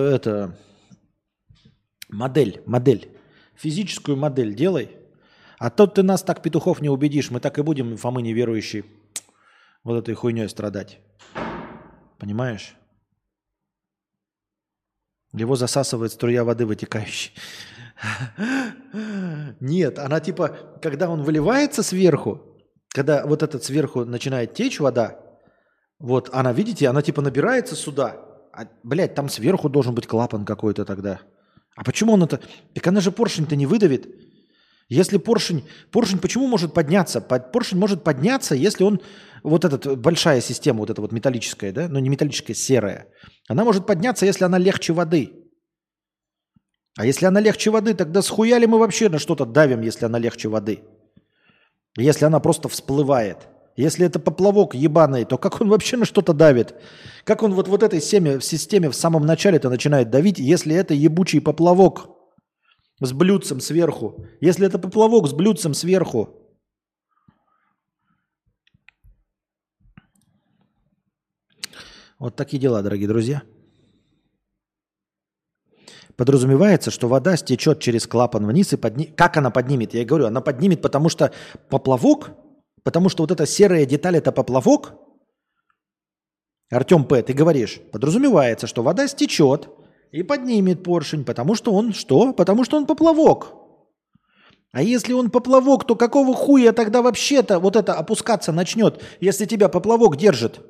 модель. Физическую модель делай. А то ты нас так, петухов, не убедишь. Мы так и будем, Фомы неверующие, вот этой хуйней страдать. Понимаешь? Его засасывает струя воды вытекающей. Нет, она типа, когда он выливается сверху, когда вот этот сверху начинает течь вода, вот она, видите, она типа набирается сюда. Блядь, там сверху должен быть клапан какой-то тогда. А почему он это... Так она же поршень-то не выдавит. Если поршень почему может подняться? Поршень может подняться, если он... Вот эта большая система, вот эта вот металлическая, да? Ну, не металлическая, серая. Она может подняться, если она легче воды. А если она легче воды, тогда схуяли мы вообще на что-то давим, если она легче воды? Если она просто всплывает. Если это поплавок ебаный, то как он вообще на что-то давит? Как он вот этой системе в самом начале-то начинает давить, если это ебучий поплавок с блюдцем сверху? Если это поплавок с блюдцем сверху. Вот такие дела, дорогие друзья. Подразумевается, что вода стечет через клапан вниз и поднимет. Как она поднимет? Я говорю, она поднимет, потому что поплавок, потому что вот эта серая деталь – это поплавок. Артем П., ты говоришь, подразумевается, что вода стечет и поднимет поршень, потому что он что? Потому что он поплавок. А если он поплавок, то какого хуя тогда вообще-то вот это опускаться начнет, если тебя поплавок держит?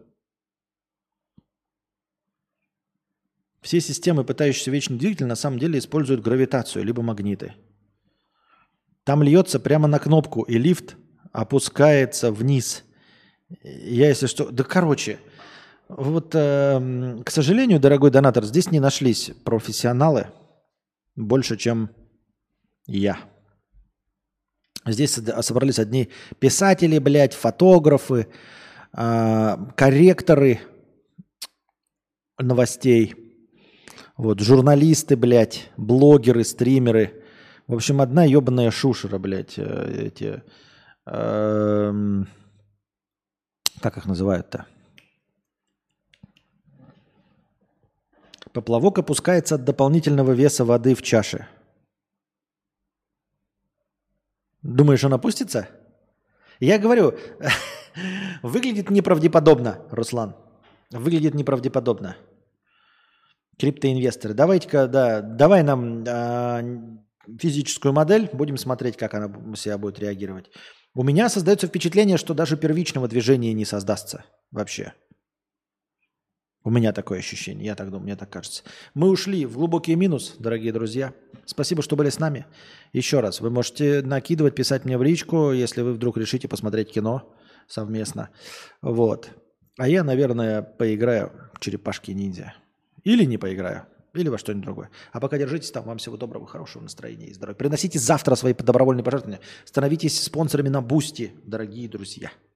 Все системы, пытающиеся вечный двигатель, на самом деле используют гравитацию, либо магниты. Там льется прямо на кнопку, и лифт опускается вниз. Я, если что... Да, короче, вот, к сожалению, дорогой донатор, здесь не нашлись профессионалы больше, чем я. Здесь собрались одни писатели, блядь, фотографы, корректоры, новостей. Вот, журналисты, блядь, блогеры, стримеры. В общем, одна ебаная шушера, блядь, эти... как их называют-то? Поплавок опускается от дополнительного веса воды в чаше. Думаешь, он опустится? Я говорю, выглядит неправдеподобно, Руслан. Выглядит неправдеподобно. Криптоинвесторы. Давайте-ка, да, давай нам физическую модель, будем смотреть, как она себя будет реагировать. У меня создается впечатление, что даже первичного движения не создастся вообще. У меня такое ощущение, я так думаю, мне так кажется. Мы ушли в глубокий минус, дорогие друзья. Спасибо, что были с нами. Еще раз, вы можете накидывать, писать мне в личку, если вы вдруг решите посмотреть кино совместно. Вот. А я, наверное, поиграю в черепашки-ниндзя. Или не поиграю. Или во что-нибудь другое. А пока держитесь там. Вам всего доброго, хорошего настроения и здоровья. Приносите завтра свои добровольные пожертвования. Становитесь спонсорами на Бусти, дорогие друзья.